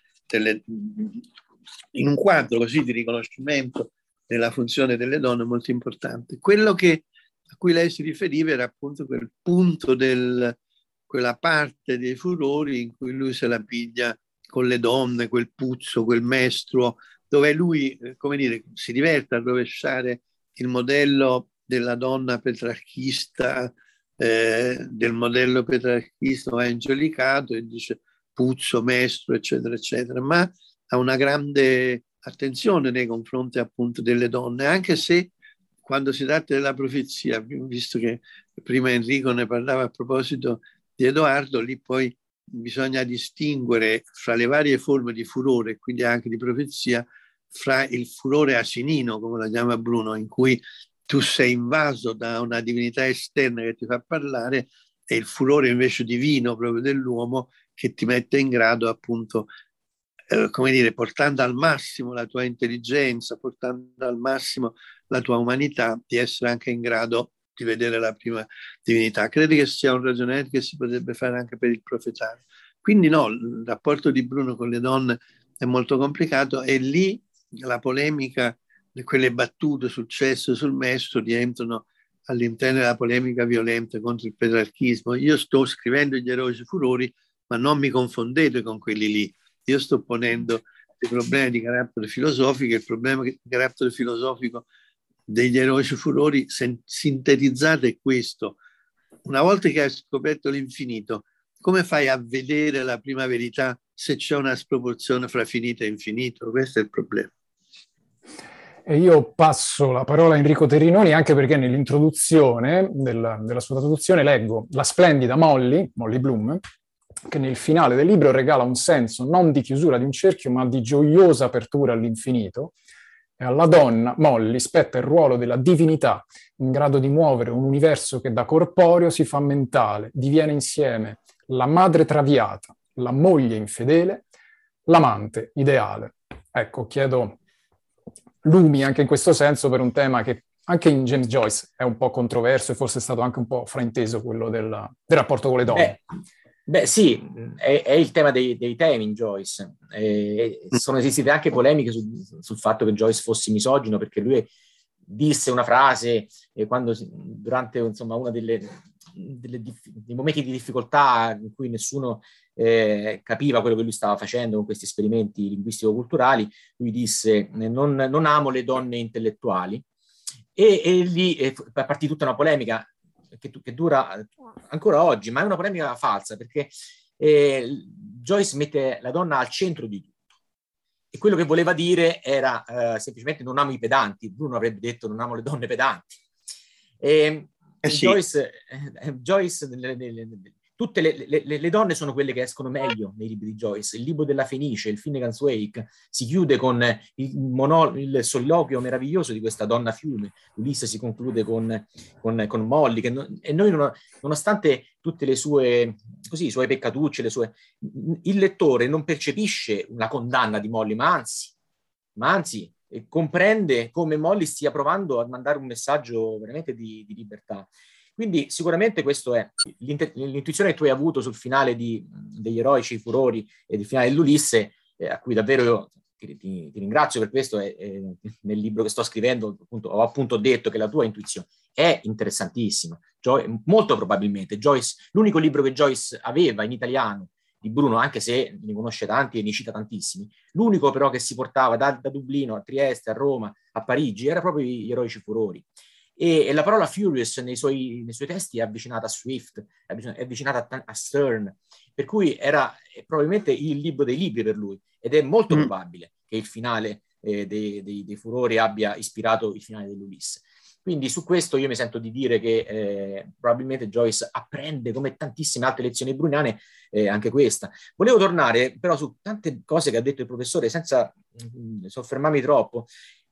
in un quadro così di riconoscimento della funzione delle donne molto importante. Quello a cui lei si riferiva era appunto quel punto quella parte dei furori in cui lui se la piglia con le donne, quel puzzo, quel mestruo, dove lui, come dire, si diverte a rovesciare il modello della donna petrarchista, del modello petrarchista angelicato, e dice puzzo, mestro, eccetera, eccetera, ma ha una grande attenzione nei confronti appunto delle donne, anche se quando si tratta della profezia, abbiamo visto che prima Enrico ne parlava a proposito di Edoardo, lì poi bisogna distinguere fra le varie forme di furore, quindi anche di profezia, fra il furore asinino, come la chiama Bruno, in cui tu sei invaso da una divinità esterna che ti fa parlare, e il furore invece divino proprio dell'uomo che ti mette in grado appunto, come dire, portando al massimo la tua intelligenza, portando al massimo la tua umanità, di essere anche in grado di vedere la prima divinità. Credo che sia un ragionamento che si potrebbe fare anche per il profetario. Quindi no, il rapporto di Bruno con le donne è molto complicato, e lì la polemica, quelle battute sul cesso e sul mestro rientrano all'interno della polemica violenta contro il petrarchismo. Io sto scrivendo gli eroici furori, ma non mi confondete con quelli lì. Io sto ponendo dei problemi di carattere filosofico, il problema di carattere filosofico degli eroici furori sintetizzato è questo: una volta che hai scoperto l'infinito, come fai a vedere la prima verità se c'è una sproporzione fra finito e infinito? Questo è il problema. E io passo la parola a Enrico Terrinoni, anche perché nell'introduzione della sua traduzione leggo la splendida Molly Bloom, che nel finale del libro regala un senso non di chiusura di un cerchio, ma di gioiosa apertura all'infinito. E alla donna, Molly, spetta il ruolo della divinità, in grado di muovere un universo che da corporeo si fa mentale, diviene insieme la madre traviata, la moglie infedele, l'amante ideale. Ecco, chiedo lumi anche in questo senso per un tema che anche in James Joyce è un po' controverso e forse è stato anche un po' frainteso, quello del rapporto con le donne. Beh sì, è il tema dei temi in Joyce. Sono esistite anche polemiche sul fatto che Joyce fosse misogino, perché lui disse una frase durante insomma uno dei momenti di difficoltà in cui nessuno capiva quello che lui stava facendo con questi esperimenti linguistico-culturali. Lui disse non amo le donne intellettuali, e lì è partita tutta una polemica che dura ancora oggi, ma è una polemica falsa, perché Joyce mette la donna al centro di tutto, e quello che voleva dire era semplicemente non amo i pedanti. Bruno avrebbe detto non amo le donne pedanti. Sì. Joyce tutte le donne sono quelle che escono meglio nei libri di Joyce. Il libro della Fenice, il Finnegan's Wake, si chiude con il soliloquio meraviglioso di questa donna fiume. Ulisse si conclude con Molly, e noi nonostante tutte le sue, così, i suoi peccatucci, il lettore non percepisce una condanna di Molly, ma anzi comprende come Molly stia provando a mandare un messaggio veramente di libertà. Quindi sicuramente questo è l'intuizione che tu hai avuto sul finale degli eroici furori e del finale dell'Ulisse, a cui davvero io ti ringrazio per questo, nel libro che sto scrivendo appunto, ho appunto detto che la tua intuizione è interessantissima. Molto probabilmente Joyce, l'unico libro che Joyce aveva in italiano di Bruno, anche se ne conosce tanti e ne cita tantissimi, l'unico però che si portava da Dublino a Trieste, a Roma, a Parigi, era proprio Gli eroici furori. E la parola furious nei suoi testi è avvicinata a Swift, è avvicinata a Sterne, per cui era probabilmente il libro dei libri per lui, ed è molto probabile che il finale dei furori abbia ispirato il finale dell'Ulisse. Quindi su questo io mi sento di dire che probabilmente Joyce apprende, come tantissime altre lezioni bruniane, anche questa. Volevo tornare però su tante cose che ha detto il professore senza soffermarmi troppo,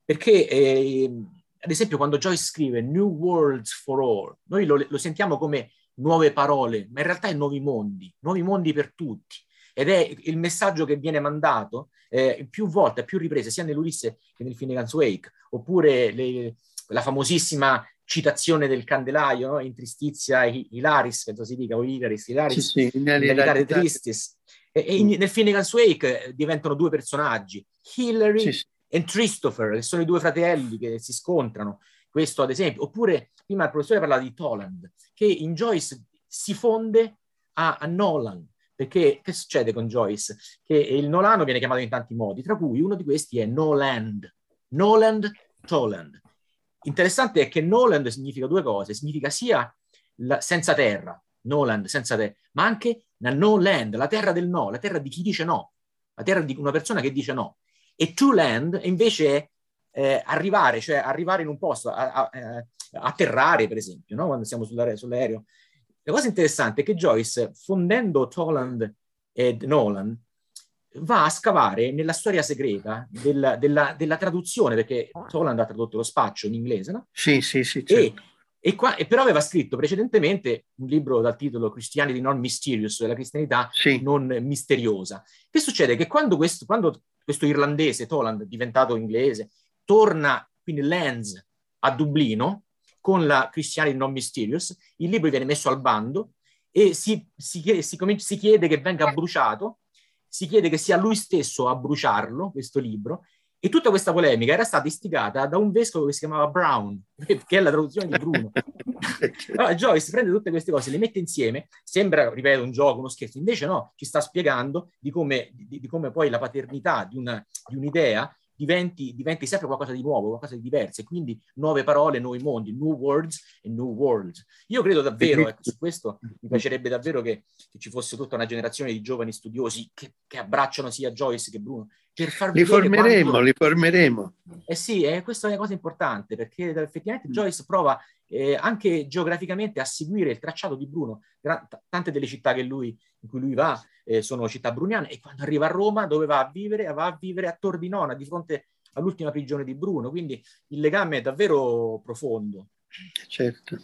perché ad esempio quando Joyce scrive New Worlds for All, noi lo sentiamo come nuove parole, ma in realtà è nuovi mondi per tutti. Ed è il messaggio che viene mandato più volte, a più riprese, sia nell'Ulisse che nel Finnegan's Wake, oppure la famosissima citazione del candelaio, no? In tristizia Hilaris, penso si dica, o Hilaris, sì, in Alitare Tristis. Nel Finnegan's Wake diventano due personaggi, Hilary e Christopher, che sono i due fratelli che si scontrano. Questo ad esempio. Oppure, prima il professore parlava di Toland, che in Joyce si fonde a Nolan. Perché che succede con Joyce? Che il Nolano viene chiamato in tanti modi, tra cui uno di questi è Noland. Noland, Toland. Interessante è che Noland significa due cose, significa sia senza terra, Noland senza terra, ma anche la no land, la terra del no, la terra di chi dice no, la terra di una persona che dice no. E to land invece è arrivare, cioè arrivare in un posto, atterrare per esempio, no? Quando siamo sull'aereo. La cosa interessante è che Joyce, fondendo Toland e Nolan, va a scavare nella storia segreta della traduzione, perché Toland ha tradotto lo spaccio in inglese, no? Sì, certo. E però aveva scritto precedentemente un libro dal titolo Christianity Non Mysterious, la cristianità non misteriosa. Che succede? Che quando questo irlandese, Toland, diventato inglese, torna, quindi Lands, a Dublino, con la Christianity Non Mysterious, il libro viene messo al bando e si chiede che venga bruciato, si chiede che sia lui stesso a bruciarlo, questo libro, e tutta questa polemica era stata istigata da un vescovo che si chiamava Brown, che è la traduzione di Bruno. Allora Joyce prende tutte queste cose, le mette insieme, sembra, ripeto, un gioco, uno scherzo, invece no, ci sta spiegando di come poi la paternità di un'idea diventi sempre qualcosa di nuovo, qualcosa di diverso, e quindi nuove parole, nuovi mondi, new words e new worlds. Io credo davvero, su questo mi piacerebbe davvero che ci fosse tutta una generazione di giovani studiosi che abbracciano sia Joyce che Bruno, per far vedere li formeremo. Sì, questa è una cosa importante, perché effettivamente Joyce prova anche geograficamente a seguire il tracciato di Bruno. Tante delle città in cui lui va sono città bruniane, e quando arriva a Roma, dove va a vivere a Tordinona, di fronte all'ultima prigione di Bruno, quindi il legame è davvero profondo. Certo.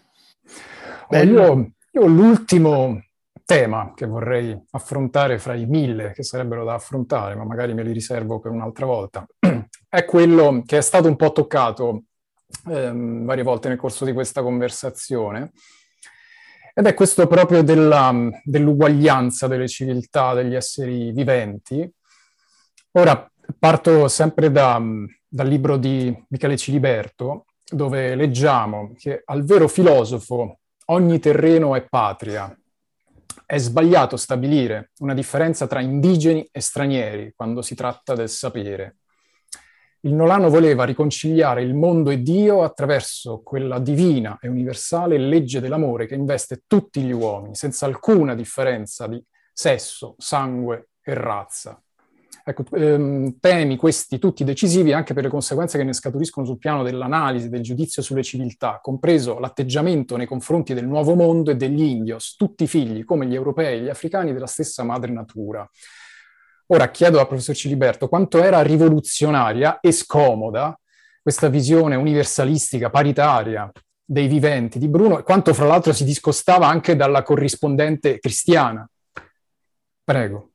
Io l'ultimo tema che vorrei affrontare fra i 1000 che sarebbero da affrontare, ma magari me li riservo per un'altra volta, è quello che è stato un po' toccato varie volte nel corso di questa conversazione, ed è questo proprio dell'uguaglianza delle civiltà degli esseri viventi. Ora parto sempre dal libro di Michele Ciliberto, dove leggiamo che al vero filosofo ogni terreno è patria. È sbagliato stabilire una differenza tra indigeni e stranieri quando si tratta del sapere. Il Nolano voleva riconciliare il mondo e Dio attraverso quella divina e universale legge dell'amore che investe tutti gli uomini, senza alcuna differenza di sesso, sangue e razza. Ecco, temi questi tutti decisivi anche per le conseguenze che ne scaturiscono sul piano dell'analisi, del giudizio sulle civiltà, compreso l'atteggiamento nei confronti del nuovo mondo e degli indios, tutti figli, come gli europei e gli africani, della stessa madre natura. Ora chiedo al professor Ciliberto quanto era rivoluzionaria e scomoda questa visione universalistica, paritaria dei viventi di Bruno, e quanto fra l'altro si discostava anche dalla corrispondente cristiana. Prego.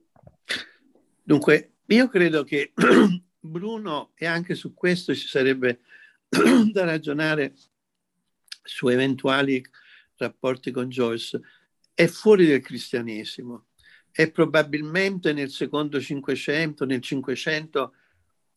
Dunque, io credo che Bruno, e anche su questo ci sarebbe da ragionare su eventuali rapporti con Joyce, è fuori del cristianesimo. E probabilmente nel secondo Cinquecento, nel Cinquecento,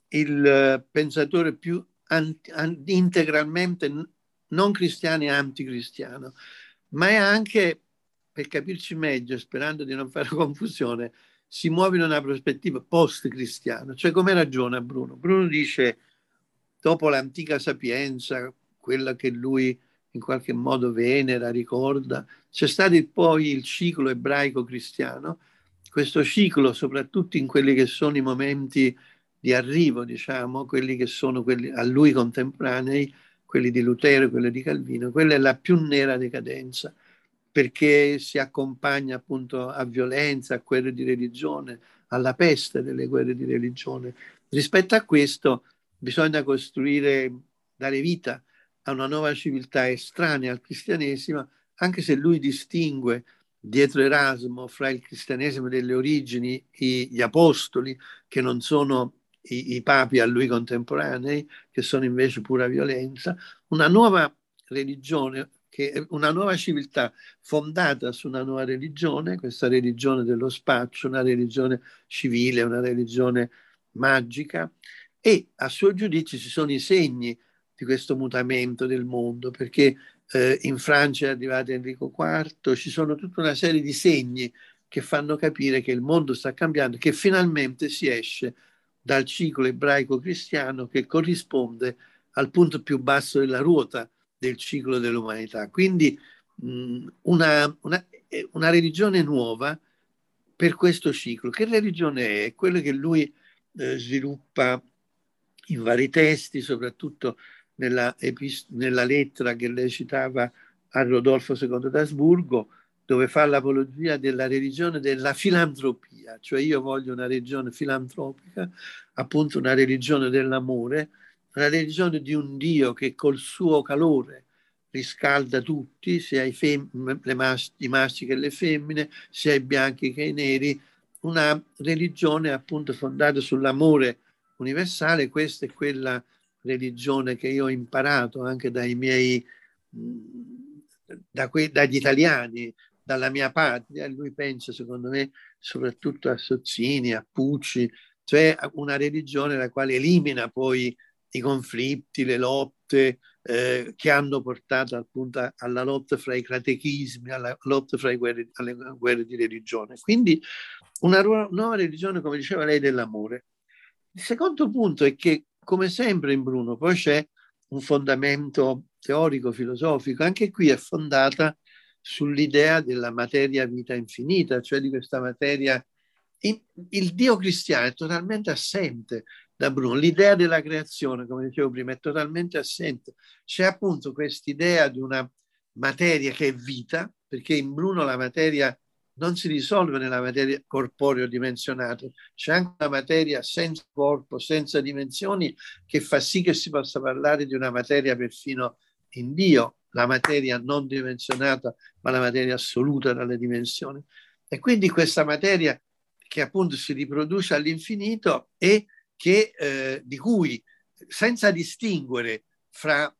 il pensatore più integralmente non cristiano e anticristiano, ma è anche, per capirci meglio, sperando di non fare confusione, si muove in una prospettiva post-cristiana. Cioè, come ragiona Bruno? Bruno dice, dopo l'antica sapienza, quella che lui in qualche modo venera, ricorda, c'è stato poi il ciclo ebraico-cristiano. Questo ciclo, soprattutto in quelli che sono i momenti di arrivo, diciamo, quelli che sono quelli a lui contemporanei, quelli di Lutero, quelli di Calvino, quella è la più nera decadenza, perché si accompagna appunto a violenza, a guerre di religione, alla peste delle guerre di religione. Rispetto a questo bisogna costruire, dare vita a una nuova civiltà estranea al cristianesimo, anche se lui distingue dietro Erasmo fra il cristianesimo delle origini, gli apostoli, che non sono i papi a lui contemporanei, che sono invece pura violenza, una nuova religione, una nuova civiltà fondata su una nuova religione, questa religione dello spaccio, una religione civile, una religione magica, e a suo giudizio ci sono i segni di questo mutamento del mondo, perché in Francia è arrivato Enrico IV, ci sono tutta una serie di segni che fanno capire che il mondo sta cambiando, che finalmente si esce dal ciclo ebraico-cristiano che corrisponde al punto più basso della ruota del ciclo dell'umanità. Quindi una religione nuova per questo ciclo. Che religione è? Quella che lui sviluppa in vari testi, soprattutto nella lettera che lei citava a Rodolfo II d'Asburgo, dove fa l'apologia della religione della filantropia, cioè io voglio una religione filantropica, appunto una religione dell'amore, una religione di un Dio che col suo calore riscalda tutti, sia i maschi che le femmine, sia i bianchi che i neri, una religione appunto fondata sull'amore universale. Questa è quella religione che io ho imparato anche dai miei, dagli italiani, dalla mia patria. Lui pensa, secondo me, soprattutto a Sozzini, a Pucci, cioè una religione la quale elimina poi i conflitti, le lotte che hanno portato appunto alla lotta fra i catechismi, alla lotta fra alle guerre di religione. Quindi una nuova religione, come diceva lei, dell'amore. Il secondo punto è che, come sempre in Bruno, poi c'è un fondamento teorico, filosofico, anche qui è fondata sull'idea della materia vita infinita, cioè di questa materia. Il Dio cristiano è totalmente assente da Bruno, l'idea della creazione, come dicevo prima, è totalmente assente. C'è appunto quest'idea di una materia che è vita, perché in Bruno la materia non si risolve nella materia corporeo dimensionata, c'è anche una materia senza corpo, senza dimensioni, che fa sì che si possa parlare di una materia perfino in Dio, la materia non dimensionata, ma la materia assoluta dalle dimensioni. E quindi questa materia che appunto si riproduce all'infinito e che, di cui, senza distinguere fra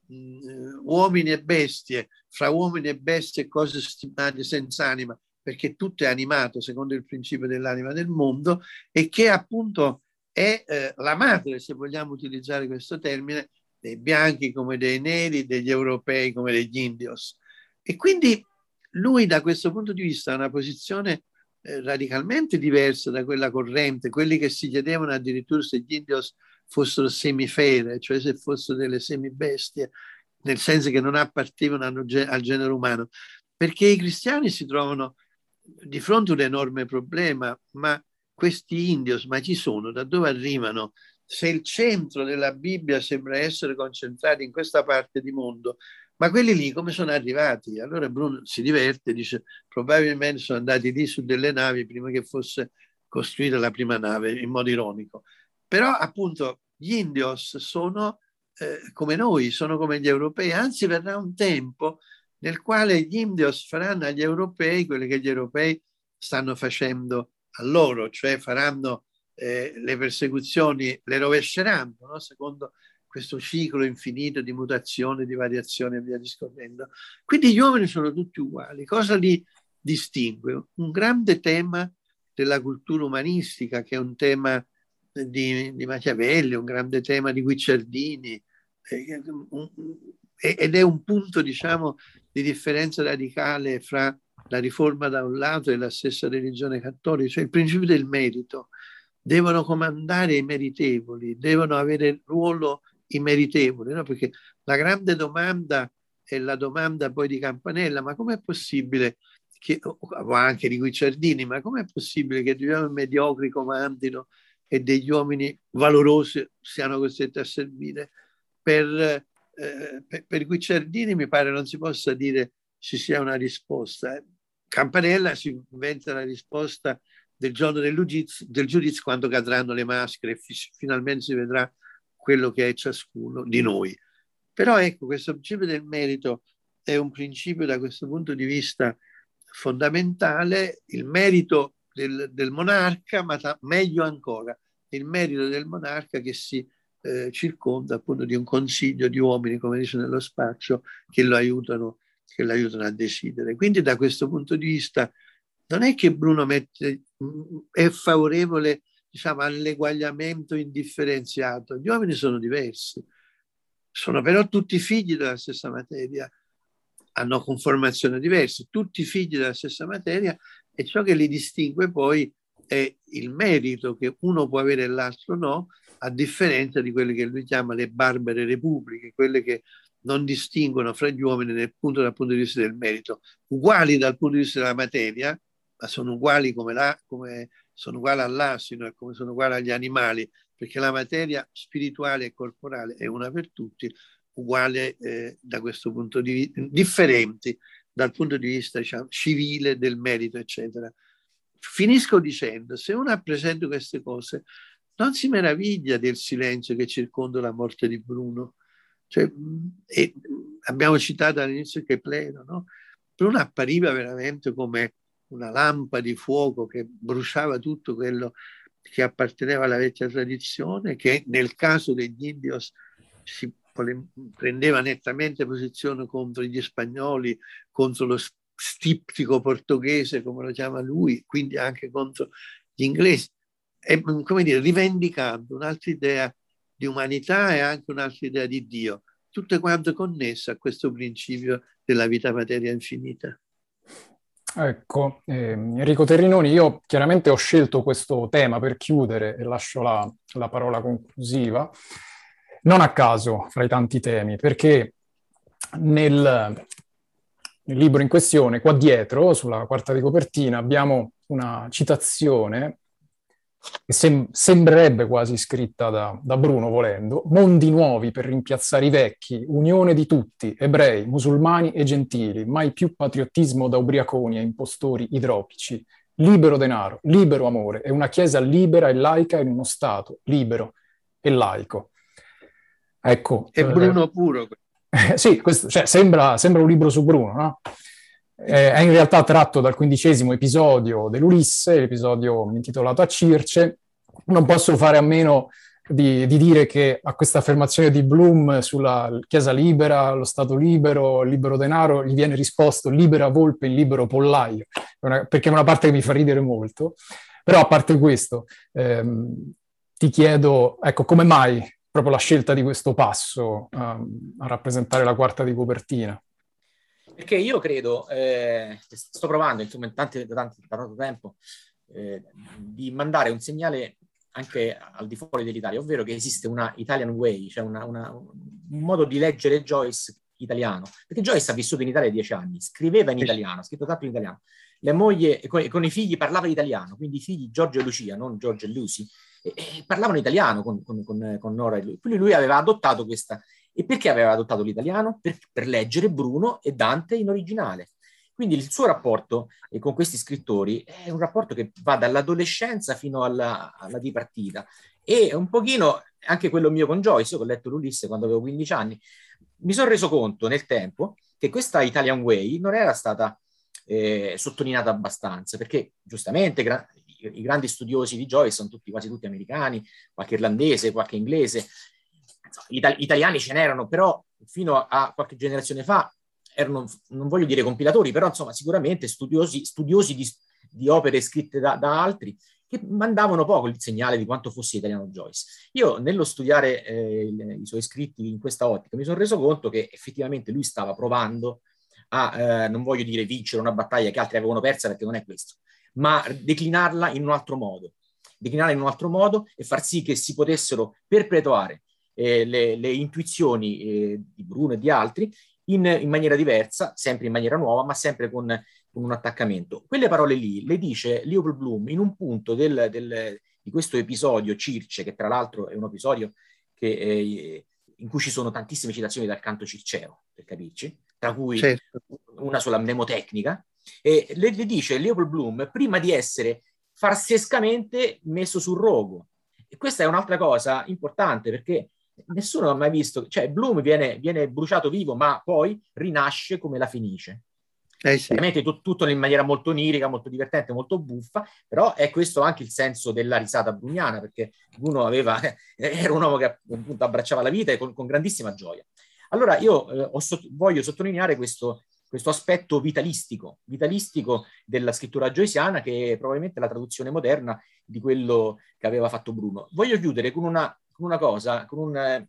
uomini e bestie, fra uomini e bestie e cose stimate senza anima, perché tutto è animato secondo il principio dell'anima del mondo, e che appunto è la madre, se vogliamo utilizzare questo termine, dei bianchi come dei neri, degli europei come degli indios. E quindi lui da questo punto di vista ha una posizione radicalmente diversa da quella corrente, quelli che si chiedevano addirittura se gli indios fossero semifere, cioè se fossero delle semibestie, nel senso che non appartenevano al genere umano, perché i cristiani si trovano di fronte a un enorme problema. Ma questi indios, ma chi sono? Da dove arrivano? Se il centro della Bibbia sembra essere concentrato in questa parte di mondo, ma quelli lì come sono arrivati? Allora Bruno si diverte, dice probabilmente sono andati lì su delle navi prima che fosse costruita la prima nave, in modo ironico. Però appunto gli indios sono come noi, sono come gli europei, anzi verrà un tempo nel quale gli indios faranno agli europei quello che gli europei stanno facendo a loro, cioè faranno le persecuzioni, le rovesceranno, no? Secondo questo ciclo infinito di mutazione, di variazione e via discorrendo. Quindi gli uomini sono tutti uguali. Cosa li distingue? Un grande tema della cultura umanistica, che è un tema di Machiavelli, un grande tema di Guicciardini, ed è un punto, diciamo, di differenza radicale fra la riforma da un lato e la stessa religione cattolica, cioè il principio del merito. Devono comandare i meritevoli, devono avere ruolo i meritevoli, no? Perché la grande domanda è la domanda poi di Campanella: ma com'è possibile che, o anche di Guicciardini, ma com'è possibile che degli uomini mediocri comandino e degli uomini valorosi siano costretti a servire? Per Guicciardini mi pare non si possa dire ci sia una risposta. Campanella si inventa la risposta del giorno del giudizio, quando cadranno le maschere e finalmente si vedrà quello che è ciascuno di noi. Però ecco, questo principio del merito è un principio da questo punto di vista fondamentale, il merito del monarca, ma meglio ancora, il merito del monarca che si circonda appunto di un consiglio di uomini, come dice nello spazio, che lo aiutano a decidere. Quindi da questo punto di vista non è che Bruno è favorevole, diciamo, all'eguagliamento indifferenziato. Gli uomini sono diversi, sono però tutti figli della stessa materia, hanno conformazioni diverse, tutti figli della stessa materia, e ciò che li distingue poi è il merito che uno può avere e l'altro no, a differenza di quelle che lui chiama le barbare repubbliche, quelle che non distinguono fra gli uomini dal punto di vista del merito, uguali dal punto di vista della materia, ma sono uguali come sono uguali all'asino e come sono uguali agli animali, perché la materia spirituale e corporale è una per tutti, uguale da questo punto di vista, differenti dal punto di vista, diciamo, civile, del merito, eccetera. Finisco dicendo, se uno ha presente queste cose, non si meraviglia del silenzio che circonda la morte di Bruno. Cioè, abbiamo citato all'inizio Keplero, no? Bruno appariva veramente come una lampada di fuoco che bruciava tutto quello che apparteneva alla vecchia tradizione, che nel caso degli indios si prendeva nettamente posizione contro gli spagnoli, contro lo stiptico portoghese, come lo chiama lui, quindi anche contro gli inglesi, e, come dire, rivendicando un'altra idea di umanità e anche un'altra idea di Dio, tutte quante connesse a questo principio della vita materia infinita. Ecco, Enrico Terrinoni, io chiaramente ho scelto questo tema per chiudere e lascio la parola conclusiva, non a caso fra i tanti temi, perché nel libro in questione, qua dietro, sulla quarta di copertina, abbiamo una citazione che sembrerebbe quasi scritta da Bruno, volendo: mondi nuovi per rimpiazzare i vecchi, unione di tutti, ebrei, musulmani e gentili, mai più patriottismo da ubriaconi e impostori idropici, libero denaro, libero amore e una chiesa libera e laica in uno stato libero e laico. Ecco. È Bruno puro. Sì, questo, cioè, sembra un libro su Bruno, no? È in realtà tratto dal 15° episodio dell'Ulisse, l'episodio intitolato A Circe. Non posso fare a meno di dire che a questa affermazione di Bloom sulla Chiesa libera, lo Stato libero, il libero denaro, gli viene risposto libera volpe in libero pollaio, perché è una parte che mi fa ridere molto. Però a parte questo, ti chiedo, ecco, come mai proprio la scelta di questo passo a rappresentare la quarta di copertina? Perché io credo, sto provando, insomma, da tanto tempo, di mandare un segnale anche al di fuori dell'Italia, ovvero che esiste una Italian way, cioè un modo di leggere Joyce italiano. Perché Joyce ha vissuto in Italia 10 anni, scriveva in italiano, ha scritto tanto in italiano. La moglie con i figli parlava italiano, quindi i figli Giorgio e Lucia, non Giorgio e Lucy, e parlavano italiano con Nora e lui. Quindi lui aveva adottato questa. E perché aveva adottato l'italiano? Per leggere Bruno e Dante in originale. Quindi il suo rapporto con questi scrittori è un rapporto che va dall'adolescenza fino alla dipartita. E un pochino anche quello mio con Joyce. Io ho letto l'Ulisse quando avevo 15 anni. Mi sono reso conto nel tempo che questa Italian Way non era stata sottolineata abbastanza, perché giustamente i grandi studiosi di Joyce sono quasi tutti americani, qualche irlandese, qualche inglese. Italiani ce n'erano, però fino a qualche generazione fa erano, non voglio dire compilatori, però insomma sicuramente studiosi di opere scritte da altri, che mandavano poco il segnale di quanto fosse italiano Joyce. Io, nello studiare i suoi scritti in questa ottica, mi sono reso conto che effettivamente lui stava provando a, non voglio dire vincere una battaglia che altri avevano persa, perché non è questo, ma declinarla in un altro modo. Declinarla in un altro modo e far sì che si potessero perpetuare le intuizioni di Bruno e di altri in maniera diversa, sempre in maniera nuova, ma sempre con un attaccamento. Quelle parole lì le dice Leopold Bloom in un punto di questo episodio Circe, che tra l'altro è un episodio in cui ci sono tantissime citazioni dal canto circeo, per capirci, tra cui una sulla mnemotecnica, e le dice Leopold Bloom prima di essere farsescamente messo sul rogo. E questa è un'altra cosa importante, perché nessuno ha mai visto, cioè Bloom viene bruciato vivo, ma poi rinasce come la Fenice. Sì. Ovviamente tutto in maniera molto onirica, molto divertente, molto buffa, però è questo anche il senso della risata bruniana, perché Bruno era un uomo che appunto abbracciava la vita con grandissima gioia. Allora io voglio sottolineare questo aspetto vitalistico della scrittura joyciana, che è probabilmente la traduzione moderna di quello che aveva fatto Bruno. Voglio chiudere con una cosa, con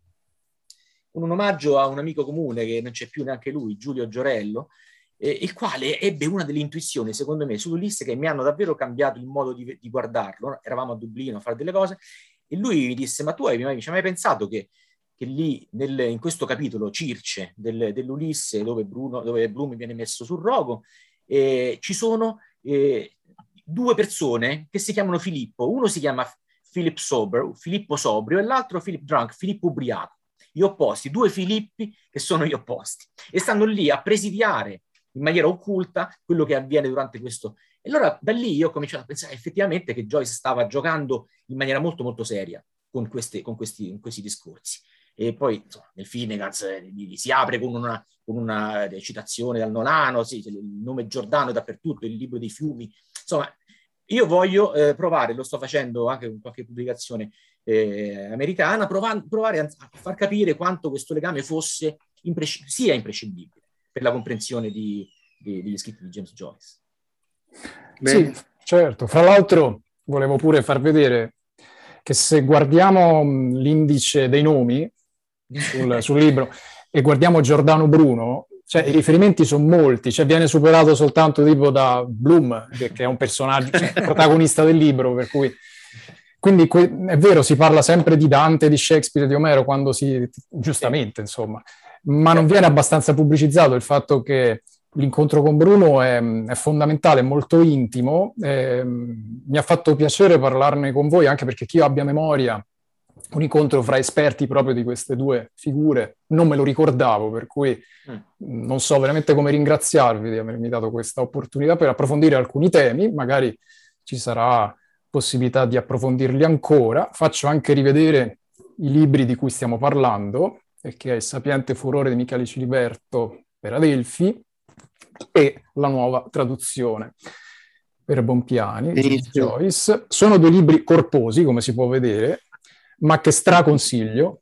un omaggio a un amico comune che non c'è più neanche lui, Giulio Giorello, il quale ebbe una delle intuizioni, secondo me, su Ulisse che mi hanno davvero cambiato il modo di guardarlo. Eravamo a Dublino a fare delle cose e lui mi disse: ma tu hai mai pensato che lì in questo capitolo Circe dell'Ulisse, dove Bloom viene messo sul rogo, ci sono due persone che si chiamano Filippo. Uno si chiama Filippo Sobrio, e l'altro Philip Drunk, Filippo Ubriaco. Gli opposti, due Filippi che sono gli opposti, e stanno lì a presidiare in maniera occulta quello che avviene durante questo. E allora da lì io ho cominciato a pensare effettivamente che Joyce stava giocando in maniera molto molto seria con questi discorsi. E poi insomma, nel Finnegan's si apre con una citazione dal Nolano, il nome Giordano dappertutto, il libro dei fiumi. Insomma, io voglio provare, lo sto facendo anche con qualche pubblicazione americana, provare a far capire quanto questo legame sia imprescindibile per la comprensione degli scritti di James Joyce. Sì, certo. Fra l'altro volevo pure far vedere che se guardiamo l'indice dei nomi sul libro e guardiamo Giordano Bruno, cioè i riferimenti sono molti, cioè viene superato soltanto tipo da Bloom, che è un personaggio protagonista del libro, per cui quindi è vero, si parla sempre di Dante, di Shakespeare, di Omero, giustamente, insomma, ma non viene abbastanza pubblicizzato il fatto che l'incontro con Bruno è fondamentale, è molto intimo. Mi ha fatto piacere parlarne con voi, anche perché chi io abbia memoria, un incontro fra esperti proprio di queste due figure, non me lo ricordavo, per cui non so veramente come ringraziarvi di avermi dato questa opportunità per approfondire alcuni temi. Magari ci sarà possibilità di approfondirli ancora. Faccio anche rivedere i libri di cui stiamo parlando, che è Il sapiente furore di Michele Ciliberto per Adelphi e la nuova traduzione per Bompiani di James Joyce. Sono due libri corposi, come si può vedere, ma che straconsiglio.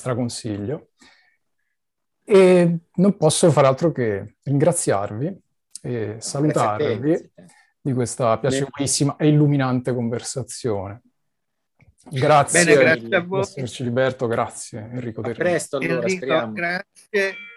E non posso far altro che ringraziarvi e salutarvi di questa piacevolissima e illuminante conversazione. Grazie, grazie a voi. Professor Ciliberto, grazie Enrico. A presto allora, speriamo. Grazie.